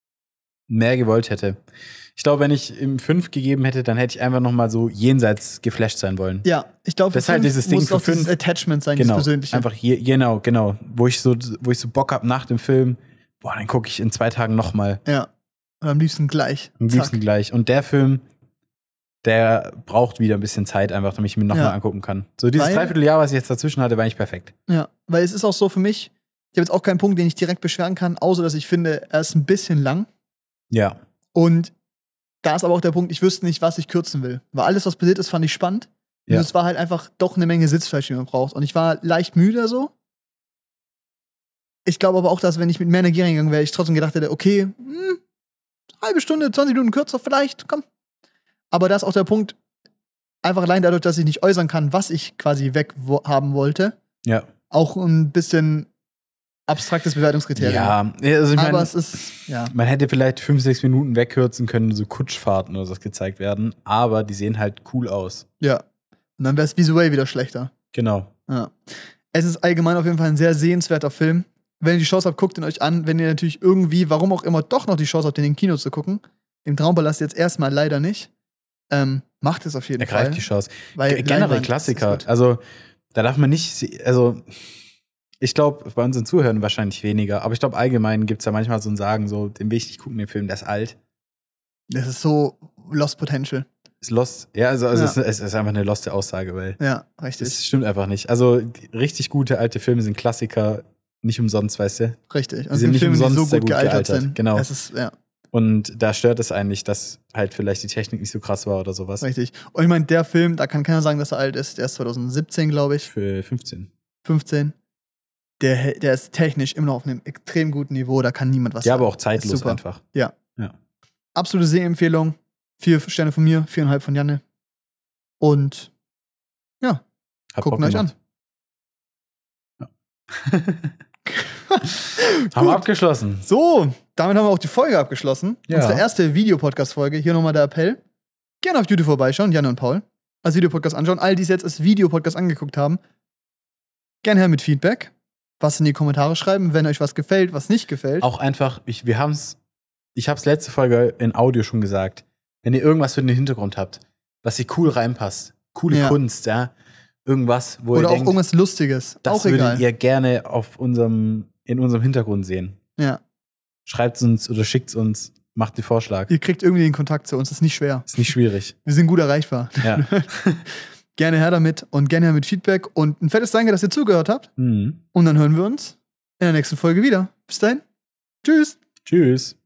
mehr gewollt hätte. Ich glaube, wenn ich ihm fünf gegeben hätte, dann hätte ich einfach noch mal so jenseits geflasht sein wollen. Ja, ich glaube, Das ist halt dieses Ding muss für auch dieses fünf. Attachment sein, Genau, dieses persönliche. einfach je, genau, genau. Wo ich so, wo ich so Bock hab nach dem Film, boah, dann gucke ich in zwei Tagen noch mal. Ja. Und am liebsten gleich. Am liebsten Zack. gleich. Und der Film, der braucht wieder ein bisschen Zeit, einfach, damit ich mir noch Ja. mal angucken kann. So dieses Weil- Dreivierteljahr, was ich jetzt dazwischen hatte, war eigentlich perfekt. Ja, weil es ist auch so für mich, ich habe jetzt auch keinen Punkt, den ich direkt beschweren kann, außer dass ich finde, er ist ein bisschen lang. Ja. Und da ist aber auch der Punkt, ich wüsste nicht, was ich kürzen will. Weil alles, was passiert ist, fand ich spannend. Ja. Und es war halt einfach doch eine Menge Sitzfleisch, die man braucht. Und ich war leicht müde so. Ich glaube aber auch, dass, wenn ich mit mehr Energie reingegangen wäre, ich trotzdem gedacht hätte, okay, hm, halbe Stunde, zwanzig Minuten kürzer vielleicht, komm. Aber da ist auch der Punkt, einfach allein dadurch, dass ich nicht äußern kann, was ich quasi weg wo- haben wollte, Ja. auch ein bisschen abstraktes Bewertungskriterium. Ja, also ich aber meine, es ist, ja. man hätte vielleicht fünf, sechs Minuten wegkürzen können, so Kutschfahrten oder so gezeigt werden, aber die sehen halt cool aus. Ja. Und dann wäre es visuell wieder schlechter. Genau. Ja. Es ist allgemein auf jeden Fall ein sehr sehenswerter Film. Wenn ihr die Chance habt, guckt ihn euch an. Wenn ihr natürlich irgendwie, warum auch immer, doch noch die Chance habt, den im Kino zu gucken. Im Traumpalast jetzt erstmal leider nicht. Ähm, macht es auf jeden Er Fall. greift die Chance. Weil G- Generell Leinwand Klassiker. ist gut. Also, da darf man nicht, also, ich glaube, bei unseren Zuhörern wahrscheinlich weniger, aber ich glaube, allgemein gibt es ja manchmal so ein Sagen, so, den will ich nicht gucken, den Film, der ist alt. Das ist so Lost Potential. Ist lost. Ja, also, also Ja. Es, ist, es ist einfach eine loste Aussage, weil Ja, richtig. das stimmt einfach nicht. Also, die richtig gute alte Filme sind Klassiker, nicht umsonst, weißt du? Richtig. Die sind nicht Filme, umsonst die so sehr gut gut gealtert, gealtert. sind. Genau. Es ist, ja, Und da stört es eigentlich, dass halt vielleicht die Technik nicht so krass war oder sowas. richtig. Und ich meine, der Film, da kann keiner sagen, dass er alt ist. Der ist zwanzig siebzehn, glaube ich. Für fünfzehn. fünfzehn. Der, der ist technisch immer noch auf einem extrem guten Niveau. Da kann niemand was Ja, sagen. aber auch zeitlos Super. einfach. Ja. Ja. Absolute Sehempfehlung. Vier Sterne von mir, viereinhalb von Janne. Und ja, Hat guckt Bock euch an. gemacht. Haben wir abgeschlossen. So, damit haben wir auch die Folge abgeschlossen. Ja. Unsere erste Videopodcast-Folge. Hier nochmal der Appell. Gerne auf YouTube vorbeischauen, Janne und Paul. Als Videopodcast anschauen. All die es jetzt als Videopodcast angeguckt haben. Gerne her mit Feedback. Was in die Kommentare schreiben, wenn euch was gefällt, was nicht gefällt. Auch einfach, ich, wir haben's, ich hab's letzte Folge in Audio schon gesagt. Wenn ihr irgendwas für den Hintergrund habt, was hier cool reinpasst, coole Ja. Kunst, ja, irgendwas, wo Oder ihr auch denkt, irgendwas Lustiges. das auch egal. würdet ihr gerne auf unserem, in unserem Hintergrund sehen. Ja. Schreibt uns oder schickt uns, macht den Vorschlag. Ihr kriegt irgendwie den Kontakt zu uns. Das ist nicht schwer. Ist nicht schwierig. Wir sind gut erreichbar. Ja. Gerne her damit und gerne her mit Feedback. Und ein fettes Danke, dass ihr zugehört habt. Mhm. Und dann hören wir uns in der nächsten Folge wieder. Bis dahin. Tschüss. Tschüss.